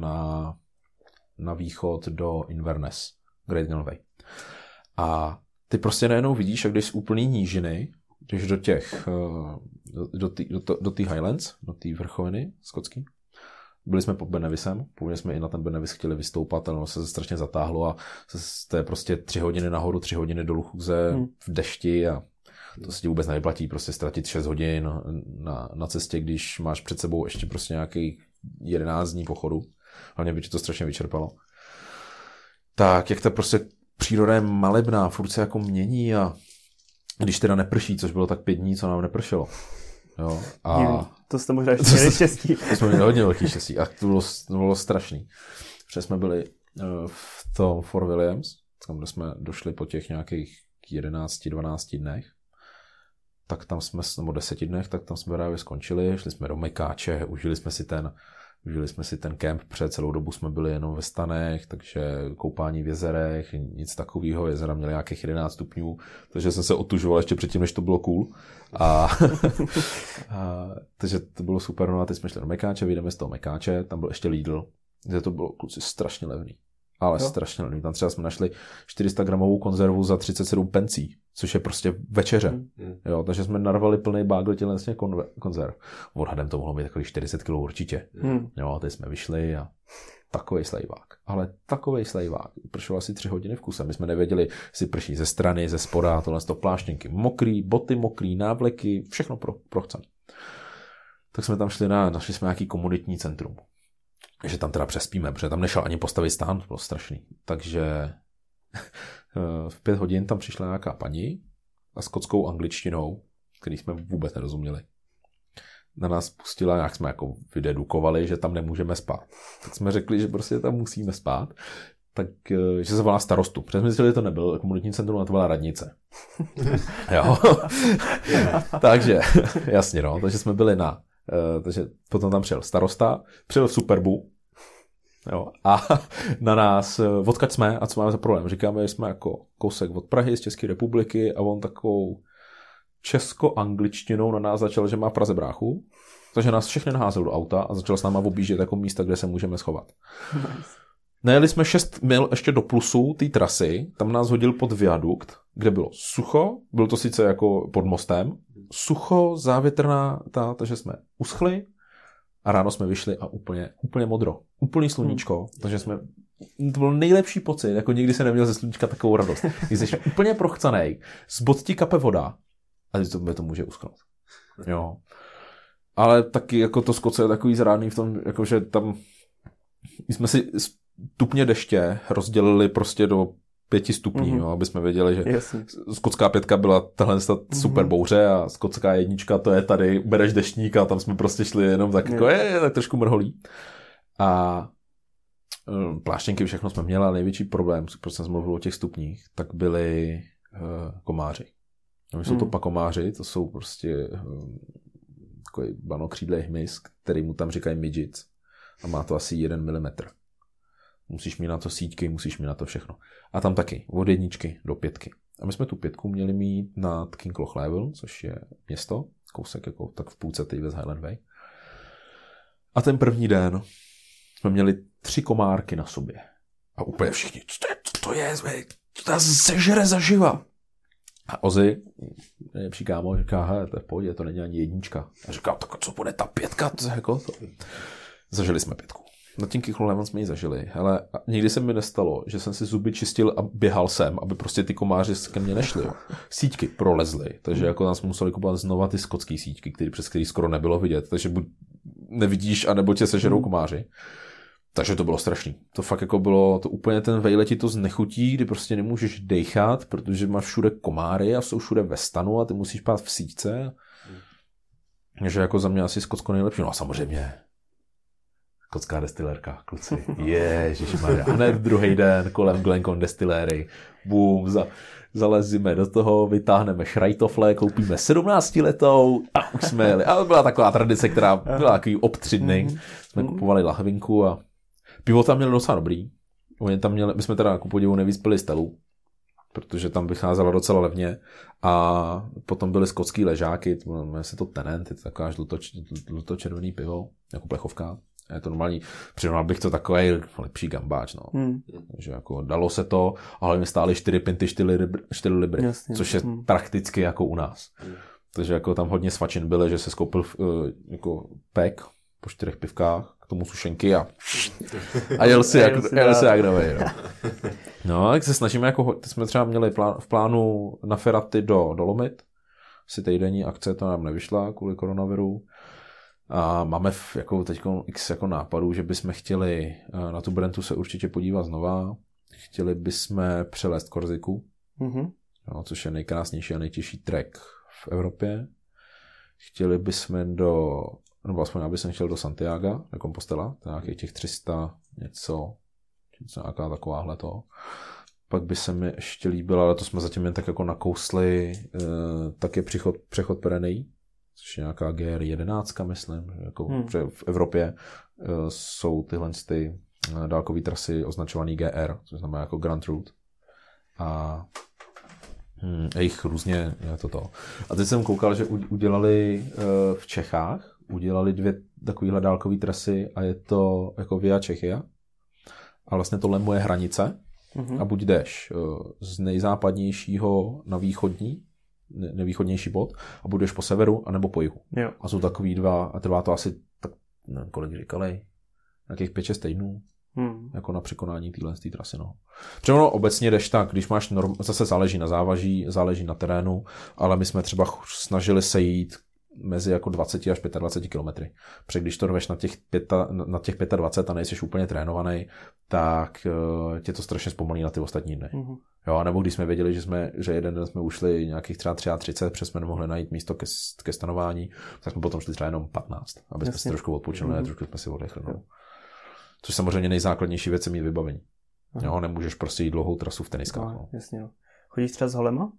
na východ do Inverness, Great Glen Way. A ty prostě najednou vidíš, jak jdeš z úplný nížiny, jdeš do těch, do té Highlands, do té vrchoviny skotský. Byli jsme pod Benevisem, původně jsme i na ten Benevis chtěli vystoupat, ale ono se strašně zatáhlo a to je prostě 3 hodiny nahoru, 3 hodiny dolů chůze v dešti a to se ti vůbec nevyplatí, prostě ztratit 6 hodin na cestě, když máš před sebou ještě prostě nějakých 11 dní pochodu. Hlavně by ti to strašně vyčerpalo. Tak, jak to prostě příroda je malebná, furt se jako mění a když teda neprší, což bylo tak 5 dní, co nám nepršelo. Jo, a to jste možná ještě měli štěstí. To jsme měli hodně velký štěstí a to bylo strašný. Protože jsme byli v tom Fort Williams, kde jsme došli po těch nějakých 11-12 dnech, tak tam jsme, nebo 10 dnech, tak tam jsme právě skončili, šli jsme do Mekáče, užili jsme si ten kemp, před celou dobu jsme byli jenom ve stanech, takže koupání v jezerech, nic takového, jezera měly nějakých 11 stupňů, takže jsem se otužoval ještě předtím, než to bylo cool. Takže to bylo super, no a teď jsme šli do Mekáče, vyjdeme z toho Mekáče, tam byl ještě Lidl, kde to bylo kluci strašně levný. Ale strašně levný. Tam třeba jsme našli 400 gramovou konzervu za 37 pencí, což je prostě večeře. Jo, takže jsme narvali plný bágl tělesně konzerv. Odhadem to mohlo být takových 40 kg určitě. Jo, a teď jsme vyšli a takovej slejvák. Ale takovej slejvák. Pršelo asi 3 hodiny v kuse. My jsme nevěděli, jestli prší ze strany, ze spoda, tohle to pláštěnky mokrý, boty mokrý, návleky, všechno prochcené. Tak jsme tam našli jsme nějaký komunitní centrum. Že tam teda přespíme, protože tam nešel ani postavit stán, to bylo strašný. Takže v 5 hodin tam přišla nějaká paní a skotskou angličtinou, který jsme vůbec nerozuměli. Na nás pustila, jak jsme jako vydedukovali, že tam nemůžeme spát. Tak jsme řekli, že prostě tam musíme spát, tak že se volá starostu. Protože jsme zjistili, že to nebyl komunitní centrum, ale to byla radnice. Jo. Takže, jasně no, takže jsme byli takže potom tam přijel starosta, přijel v Superbu, Jo. A na nás, odkud jsme a co máme za problém. Říkáme, že jsme jako kousek od Prahy z České republiky a on takovou česko-angličtinou na nás začal, že má v Praze bráchu, takže nás všechny naházel do auta a začal s náma objíždět jako místa, kde se můžeme schovat. Najeli jsme 6 mil ještě do plusu té trasy, tam nás hodil pod viadukt, kde bylo sucho, bylo to sice jako pod mostem, sucho, závětrná, takže jsme uschli a ráno jsme vyšli a úplně modro, úplný sluníčko, takže to byl nejlepší pocit, jako nikdy jsem neměl ze sluníčka takovou radost. Když jsi úplně prochcanej, z bod ti kape voda a to může uschnout. Jo. Ale taky jako to Skotsko je takový zrádný v tom, jako že tam jsme si stupně deště rozdělili prostě do 5 stupňů, jo, aby jsme věděli, že skotská 5 byla tahle super bouře a skotská 1 to je tady, bereš deštník a tam jsme prostě šli jenom tak, jako tak trošku mrholí. A pláštěnky všechno jsme měli, ale největší problém, protože jsem mluvil o těch stupních, tak byli komáři. Jsou to pakomáři, to jsou prostě takový banokřídlej hmyz, který mu tam říkají midgets a má to asi 1 milimetr. Musíš mít na to síťky, musíš mít na to všechno. A tam taky, od 1 do 5. A my jsme tu 5 měli mít nad King Loch Level, což je město, kousek jako tak v půlce té West Highland Way. A ten první den jsme měli 3 komárky na sobě. A úplně všichni, co to je, to sežere zaživa. A Ozzy, nejlepší kámo, říká, hele, to je v pohodě, to není ani 1. A říká, tak co bude ta 5? Zažili jsme 5. Na tím King Loch Level jsme ji zažili. Hele, nikdy se mi nestalo, že jsem si zuby čistil a běhal jsem, aby prostě ty komáři ke mně nešli. Jo. Síťky prolezly, takže jako nás museli kupovat znova ty skotský síťky, přes který skoro nebylo vidět, takže buď nevidíš, anebo tě sežerou komáři. Takže to bylo strašný. To fakt jako bylo to úplně ten vejlet ti to znechutí, kdy prostě nemůžeš dejchat, protože máš všude komáry a jsou všude ve stanu a ty musíš pát v síťce. Takže jako za mě asi Skotsko nejlepší. No a samozřejmě skotská destilérka, kluci. Ježišmarja. Hned druhý den kolem Glencairn destiléry. Bum, zalezíme do toho, vytáhneme šrajtofle, koupíme 17letou a už jsme jeli. A to byla taková tradice, která byla takový obtřidný. Jsme kupovali lahvinku a pivo tam měli docela dobrý. Oni tam měli, my jsme teda ku podivu nejvíc pili Stelu, protože tam vycházelo docela levně a potom byly skotský ležáky, jmenuje se to Tennant, je to taková žlutočervený pivo, jako plechovka. Je to normální, přirovnal bych to takový lepší gambáč, no. Takže jako dalo se to, ale mi stály 4 pinty 4 libry, jasně, což je prakticky jako u nás. Takže jako tam hodně svačin bylo, že se skoupil jako pek po 4 pivkách, k tomu sušenky a jel si jak nový. No, tak se snažíme, jako, teď jsme třeba měli v plánu na Ferraty do Dolomit, si týdenní akce, to nám nevyšla kvůli koronaviru. A máme jako teď x jako nápadů, že bychom chtěli na tu Brentu se určitě podívat znova. Chtěli bychom přelézt Korziku, no, což je nejkrásnější a nejtěžší trek v Evropě. Chtěli bychom nebo aspoň já bych chtěl do Santiaga, do Compostela, to nějakých těch 300 něco nějaká takováhle to. Pak by se mi ještě líbilo, ale to jsme zatím jen tak jako nakousli, tak je přechod Pyrenejí, což je nějaká GR11, myslím, jako v Evropě jsou tyhle ty dálkové trasy označované GR, což znamená jako Grand Route. A jich různě je to. A teď jsem koukal, že udělali v Čechách, udělali 2 takovéhle dálkové trasy a je to jako Via Czechia. A vlastně to lemuje hranice a buď jdeš z nejzápadnějšího na východní, nevýchodnější bod a budeš po severu anebo po jihu. Jo. A jsou takový 2 a trvá to asi tak, nevím, kolik říkali, nějakých 5-6 týdnů jako na překonání téhle trasy. No. Přemono obecně jdeš tak, když máš zase záleží na závaží, záleží na terénu, ale my jsme třeba snažili se jít mezi jako 20 až 25 kilometry. Protože když to roveš na těch 25 a nejsi úplně trénovaný, tak tě to strašně zpomalí na ty ostatní dny. Jo, nebo když jsme věděli, že jeden den jsme ušli nějakých třeba 33, protože jsme nemohli najít místo ke stanování, tak jsme potom šli třeba jenom 15, aby jsme si trošku odpočinuli a trošku jsme si oddechli. No. Což samozřejmě nejzákladnější věc je mít vybavení. Jo, nemůžeš prostě jít dlouhou trasu v teniskách. No, jasně, no. Chodíš třeba s holema?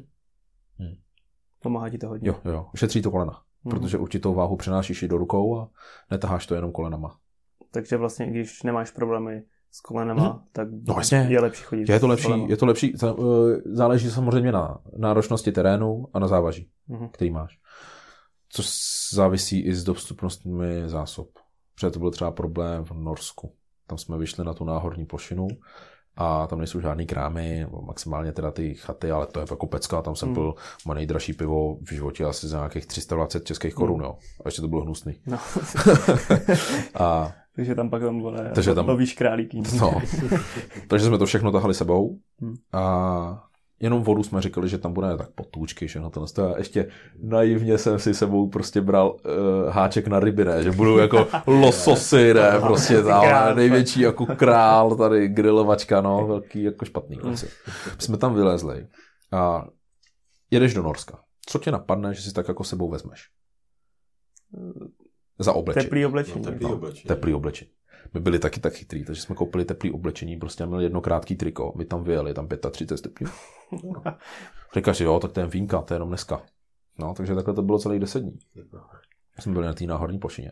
Pomáhá ti to hodně? Jo. Šetří to kolena, protože určitou váhu přenášíš i do rukou a netaháš to jenom kolenama. Takže vlastně, když nemáš problémy s kolenama, tak jasně. je lepší chodit. Je to lepší. Záleží samozřejmě na náročnosti terénu a na závaží, který máš. Což závisí i s dostupnostmi zásob. Protože to byl třeba problém v Norsku. Tam jsme vyšli na tu náhorní plošinu a tam nejsou žádný krámy, maximálně teda ty chaty, ale to je jako pecka, tam jsem byl nejdražší pivo v životě asi za nějakých 320 českých korun, jo. A ještě to bylo hnusný. No. A takže tam pak lovíš králíky. No. Takže jsme to všechno tahali sebou a jenom vodu jsme říkali, že tam bude tak potůčky, všechno to. A ještě naivně jsem si sebou prostě bral háček na ryby, ne? Že budou jako lososy, ne? Prostě tam největší jako král, tady grilovačka, no, velký jako špatný. Jsme tam vylezli a jedeš do Norska. Co tě napadne, že si tak jako sebou vezmeš? Za oblečení. Teplý oblečení. My byli taky tak chytrý, takže jsme koupili teplý oblečení, prostě měli jedno krátký triko, my tam vyjeli, tam 35 stupňů. Říkáš si, jo, tak to je vínka, to je jenom dneska. No, takže takhle to bylo celých 10 dní. Jsme byli na té náhorní plošině.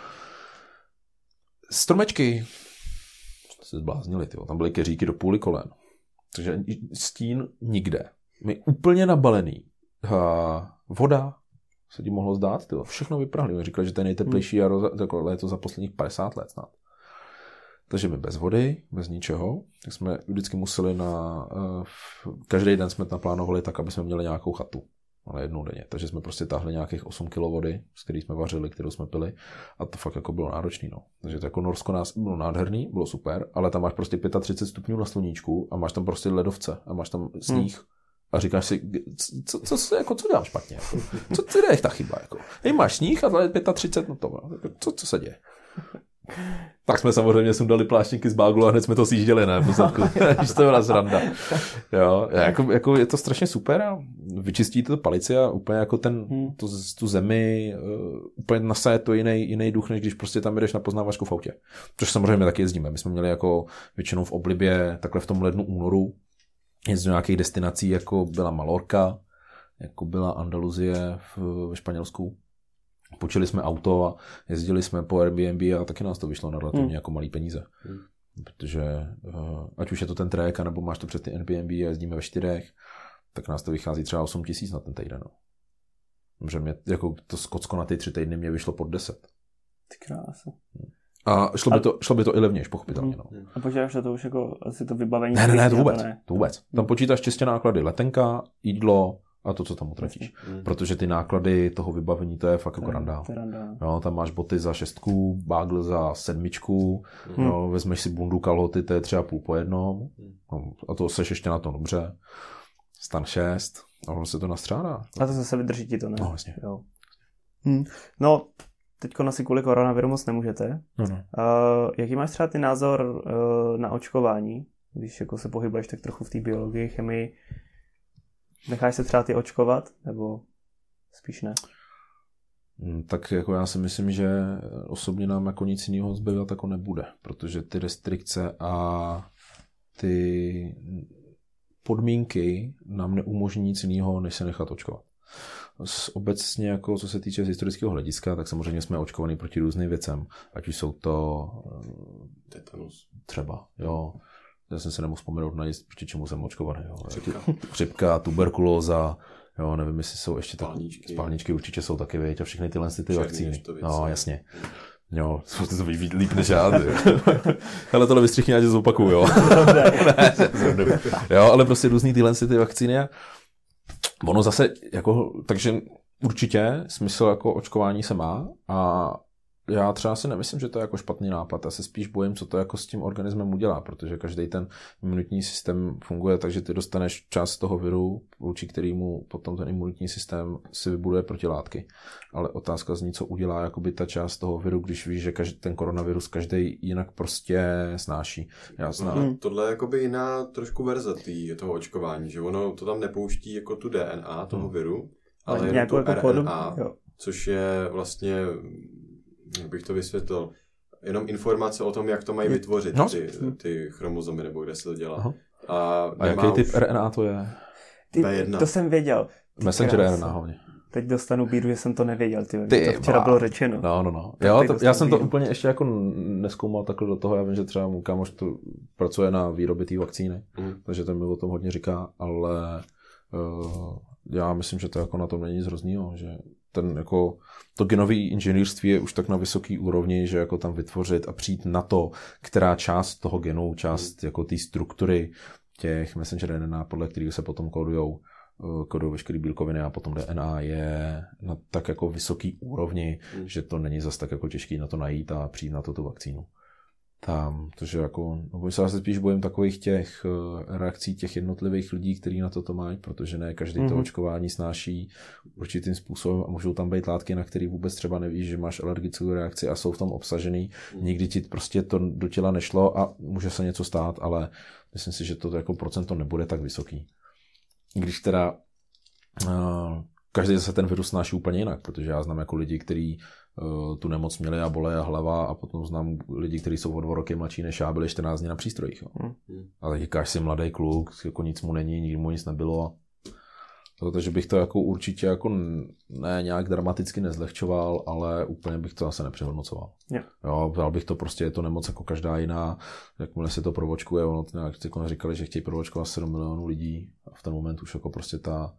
Stromečky se zbláznili, tyjo. Tam byly keříky do půly kolen. Takže stín nikde. My úplně nabalený. Voda se ti mohlo zdát, tyjo. Všechno vyprahli. Říkali, že to je nejteplejší léto za posledních 50 let snad. Takže my bez vody, bez ničeho, tak jsme vždycky museli každý den jsme naplánovali tak, aby jsme měli nějakou chatu, ale jednou denně. Takže jsme prostě táhli nějakých 8 kg vody, z kterých jsme vařili, kterou jsme pili a to fakt jako bylo náročný, no. Takže to jako Norsko nás bylo nádherný, bylo super, ale tam máš prostě 35 stupňů na sluníčku a máš tam prostě ledovce a máš tam sníh. A říkáš si, co dělám špatně? Co je ta chyba? Jako? Máš sníh a 35, no to, co se děje? Tak jsme samozřejmě sundali plášníky z báglu a hned jsme to sjížděli, ne? Když to byla sranda. Jo, jako je to strašně super a vyčistíte to palici a úplně jako tu zemi úplně nasaje to jiný duch, než když prostě tam jdeš na poznávačku v autě. Což samozřejmě taky jezdíme. My jsme měli jako většinou v oblibě takhle v tom lednu, únoru jezdili do nějakých destinací, jako byla Malorka, jako byla Andaluzie ve Španělsku. Počili jsme auto a jezdili jsme po Airbnb a taky nás to vyšlo na relativně jako malý peníze. Protože ať už je to ten trek, nebo máš to přes ty Airbnb a jezdíme ve 4, tak nás to vychází třeba 8 000 na ten týden. No. Protože mě jako to Skotsko na ty 3 týdny mě vyšlo pod 10. Ty krása. A šlo by to i levnější, pochopitelně. No. A počítáš to už jako asi to vybavení? Ne, to vůbec. Tam počítáš čistě náklady letenka, jídlo, a to, co tam utratíš. Protože ty náklady toho vybavení, to je fakt jako randál. Jo, tam máš boty za 6, bágl za 7, jo, vezmeš si bundu, kalhoty, to je 3,5 po jednom. No, a to seš ještě na to dobře. Stan 6 a ono se to nastřádá. A to zase vydrží ti to, ne? No, vlastně. Jo. No, teďko asi kvůli koronaviru moc nemůžete. No. Jaký máš třeba ty názor na očkování? Když jako se pohybuješ tak trochu v té biologii, chemii, necháš se třeba ty očkovat, nebo spíš ne? Tak jako já si myslím, že osobně nám jako nic jiného zbývat jako nebude, protože ty restrikce a ty podmínky nám neumožní nic jiného, než se nechat očkovat. Obecně, jako co se týče z historického hlediska, tak samozřejmě jsme očkovaní proti různým věcem, ať už jsou to tetanus třeba, jo. Já jsem se nemohl vzpomenout na nic, proti čemu jsem očkovaný. Jo. Chřipka, tuberkulóza, jo, nevím, jestli jsou ještě spalničky určitě jsou taky, věď, a všechny tyhle ty vakcíny. No, jasně. Jo, to víš líp než já. Ale tohle vystřihni, já tě zopakuju, jo. Jo, ale prostě různý tyhle ty vakcíny. Ono zase, jako, takže určitě smysl jako očkování se má a já třeba si nemyslím, že to je jako špatný nápad. Já se spíš bojím, co to jako s tím organismem udělá, protože každý ten imunitní systém funguje tak, že ty dostaneš část toho viru, vůči kterému potom ten imunitní systém si vybuduje protilátky. Ale otázka zní, co udělá jakoby ta část toho viru, když víš, že ten koronavirus každý jinak prostě snáší. Tohle je jakoby jiná trošku verze toho očkování, že ono to tam nepouští jako tu DNA toho viru, ale jenom tu jako RNA, což je vlastně, jak bych to vysvětlil, jenom informace o tom, jak to mají vytvořit ty chromozomy, nebo kde se to dělá. A jaký typ RNA to je? B1. To jsem věděl. Messenger RNA hlavně. Teď dostanu bídu, že jsem to nevěděl. To včera bylo řečeno. No. Já jsem to úplně ještě jako nezkoumal takhle do toho. Já vím, že třeba můj kámoš tu pracuje na výrobě té vakcíny, takže ten mi o tom hodně říká, ale já myslím, že to jako na tom není nic hroznýho, že ten jako to genové inženýrství je už tak na vysoký úrovni, že jako tam vytvořit a přijít na to, která část toho genu, část jako té struktury těch messenger RNA, podle kterých se potom kodují veškeré bílkoviny a potom DNA je na tak jako vysoký úrovni, že to není zas tak jako těžký na to najít a přijít na to tu vakcínu. Takže jako, no, se spíš bojím takových těch reakcí těch jednotlivých lidí, kteří na to mají, protože ne každý to očkování snáší určitým způsobem a můžou tam být látky, na který vůbec třeba nevíš, že máš alergickou reakci a jsou v tom obsažený. Nikdy ti prostě to do těla nešlo a může se něco stát, ale myslím si, že to jako procento nebude tak vysoký. Když teda každý zase ten virus snáší úplně jinak, protože já znám jako lidi, kteří tu nemoc měli a boleje hlava a potom znám lidi, kteří jsou o 2 roky mladší než já, byli 14 dní na přístrojích. A tak říkáš si mladý kluk, jako nic mu není, nikdy mu nic nebylo. Takže bych to jako určitě jako ne nějak dramaticky nezlehčoval, ale úplně bych to zase nepřehodnocoval. Jo, vzal bych to prostě, je to nemoc jako každá jiná, jakmile se to provočkuje, ono nějak říkali, že chtějí provočkovat 7 milionů lidí a v ten moment už jako prostě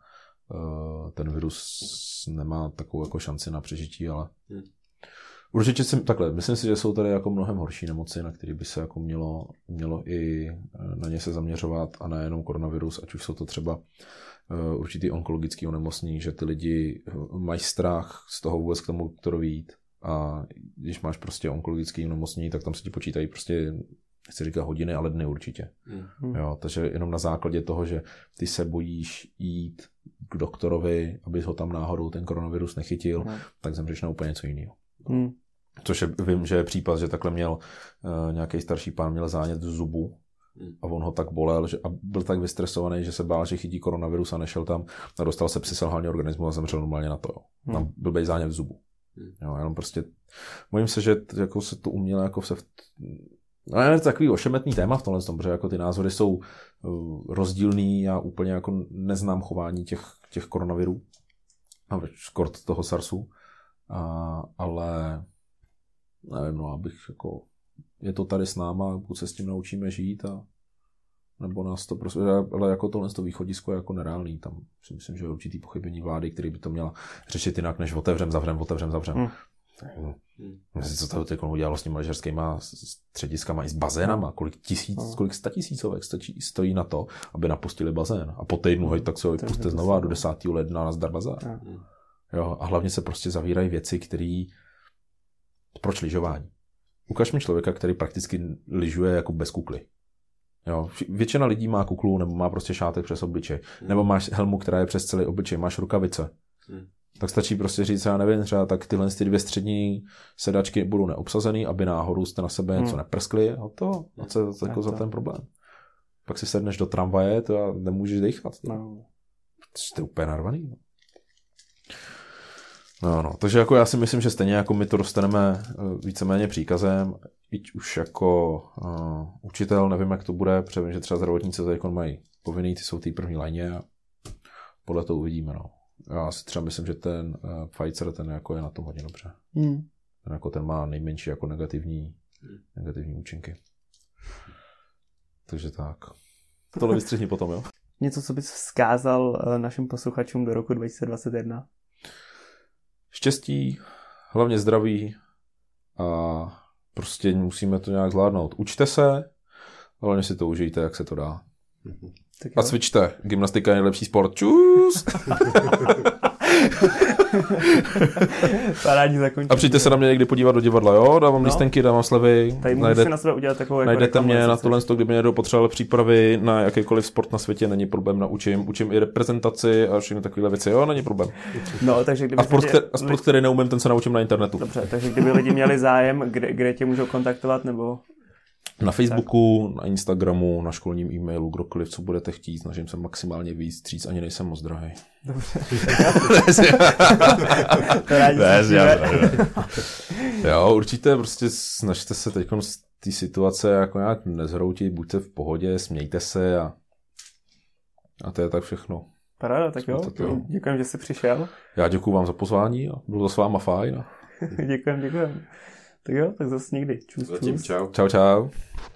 ten virus nemá takovou jako šanci na přežití, ale určitě myslím si, že jsou tady jako mnohem horší nemoci, na které by se jako mělo i na ně se zaměřovat a nejenom koronavirus, ať už jsou to třeba určitý onkologický onemocnění, že ty lidi mají strach z toho vůbec k tomu jít a když máš prostě onkologický onemocnění, tak tam se ti počítají prostě, nechci říkat hodiny, ale dny určitě. Jo, takže jenom na základě toho, že ty se bojíš jít k doktorovi, abys ho tam náhodou ten koronavirus nechytil, tak zemřeš na úplně něco jiného. Což vím, že je případ, že takhle měl nějaký starší pán měl zánět z zubu a on ho tak bolel a byl tak vystresovaný, že se bál, že chytí koronavirus a nešel tam a dostal se při selhání organismu a zemřel normálně na to. Jo. Tam byl bej zánět v zubu. Jo, jenom prostě bojím se, že jako se to umělo jako no je takový ošemetný téma v tomhle tom, protože jako ty názory jsou rozdílný, já úplně jako neznám chování těch koronavirů a škort toho SARSu, ale nevím, no abych jako je to tady s náma, pokud se s tím naučíme žít nebo nás to prostě, ale jako tohle východisko je jako nereálný, tam si myslím, že je určitý pochybení vlády, který by to měla řešit jinak, než otevřem. Co to teď udělalo s těmi lyžařskýma střediskama i s bazénama, kolik 100 000 stojí na to, aby napustili bazén a po týdnu tak se ho puste znova do 10. ledna na zdar bazén. Jo, a hlavně se prostě zavírají věci, které proč lyžování? Ukaž mi člověka, který prakticky lyžuje jako bez kukly. Jo, většina lidí má kuklu nebo má prostě šátek přes obličej. Nebo máš helmu, která je přes celý obličej, máš rukavice. Tak stačí prostě říct, já nevím, třeba tak tyhle 2 střední sedačky budou neobsazený, aby náhodou jste na sebe něco neprskli a to je jako za ten problém. Pak si sedneš do tramvaje a nemůžeš dýchat. Jste úplně narvaný. No, takže jako já si myslím, že stejně jako my to dostaneme víceméně příkazem, i už jako učitel, nevím, jak to bude, protože vím, že třeba zdravotníci to jako mají povinný, ty jsou té první lajně a podle toho uvidíme, no. Já si třeba myslím, že ten Pfizer, ten jako je na tom hodně dobře. Ten má nejmenší jako negativní účinky. Takže tak. Tohle vystřihni potom, jo? Něco, co bys vzkázal našim posluchačům do roku 2021? Štěstí, hlavně zdraví a prostě musíme to nějak zvládnout. Učte se, hlavně si to užijte, jak se to dá. A cvičte. Gymnastika je nejlepší sport. Čus! A přijďte se na mě někdy podívat do divadla, jo? Dávám lístenky, dávám slevy. Tady můžeš na sebe udělat takovou jako najdete mě na tohle, kdyby někdo potřeboval přípravy na jakýkoliv sport na světě, není problém, učím i reprezentaci a všechny takovéhle věci, jo? Není problém. No, takže kdyby sport, který neumím, ten se naučím na internetu. Dobře, takže kdyby lidi měli zájem, kde tě můžou kontaktovat, nebo... Na Facebooku, na Instagramu, na školním e-mailu, kdokoliv, co budete chtít, snažím se maximálně víc stříc, ani nejsem moc drahej. Dobře. Jo, určitě prostě snažte se teď z té situace jako nějak nezhroutit, buďte v pohodě, smějte se a to je tak všechno. Paráda, tak jo. Děkujem, že jsi přišel. Já děkuju vám za pozvání a bylo to s váma fajn. Děkujem. Tak jo, tak zase někdy. Čus. Zatím čau. Čau.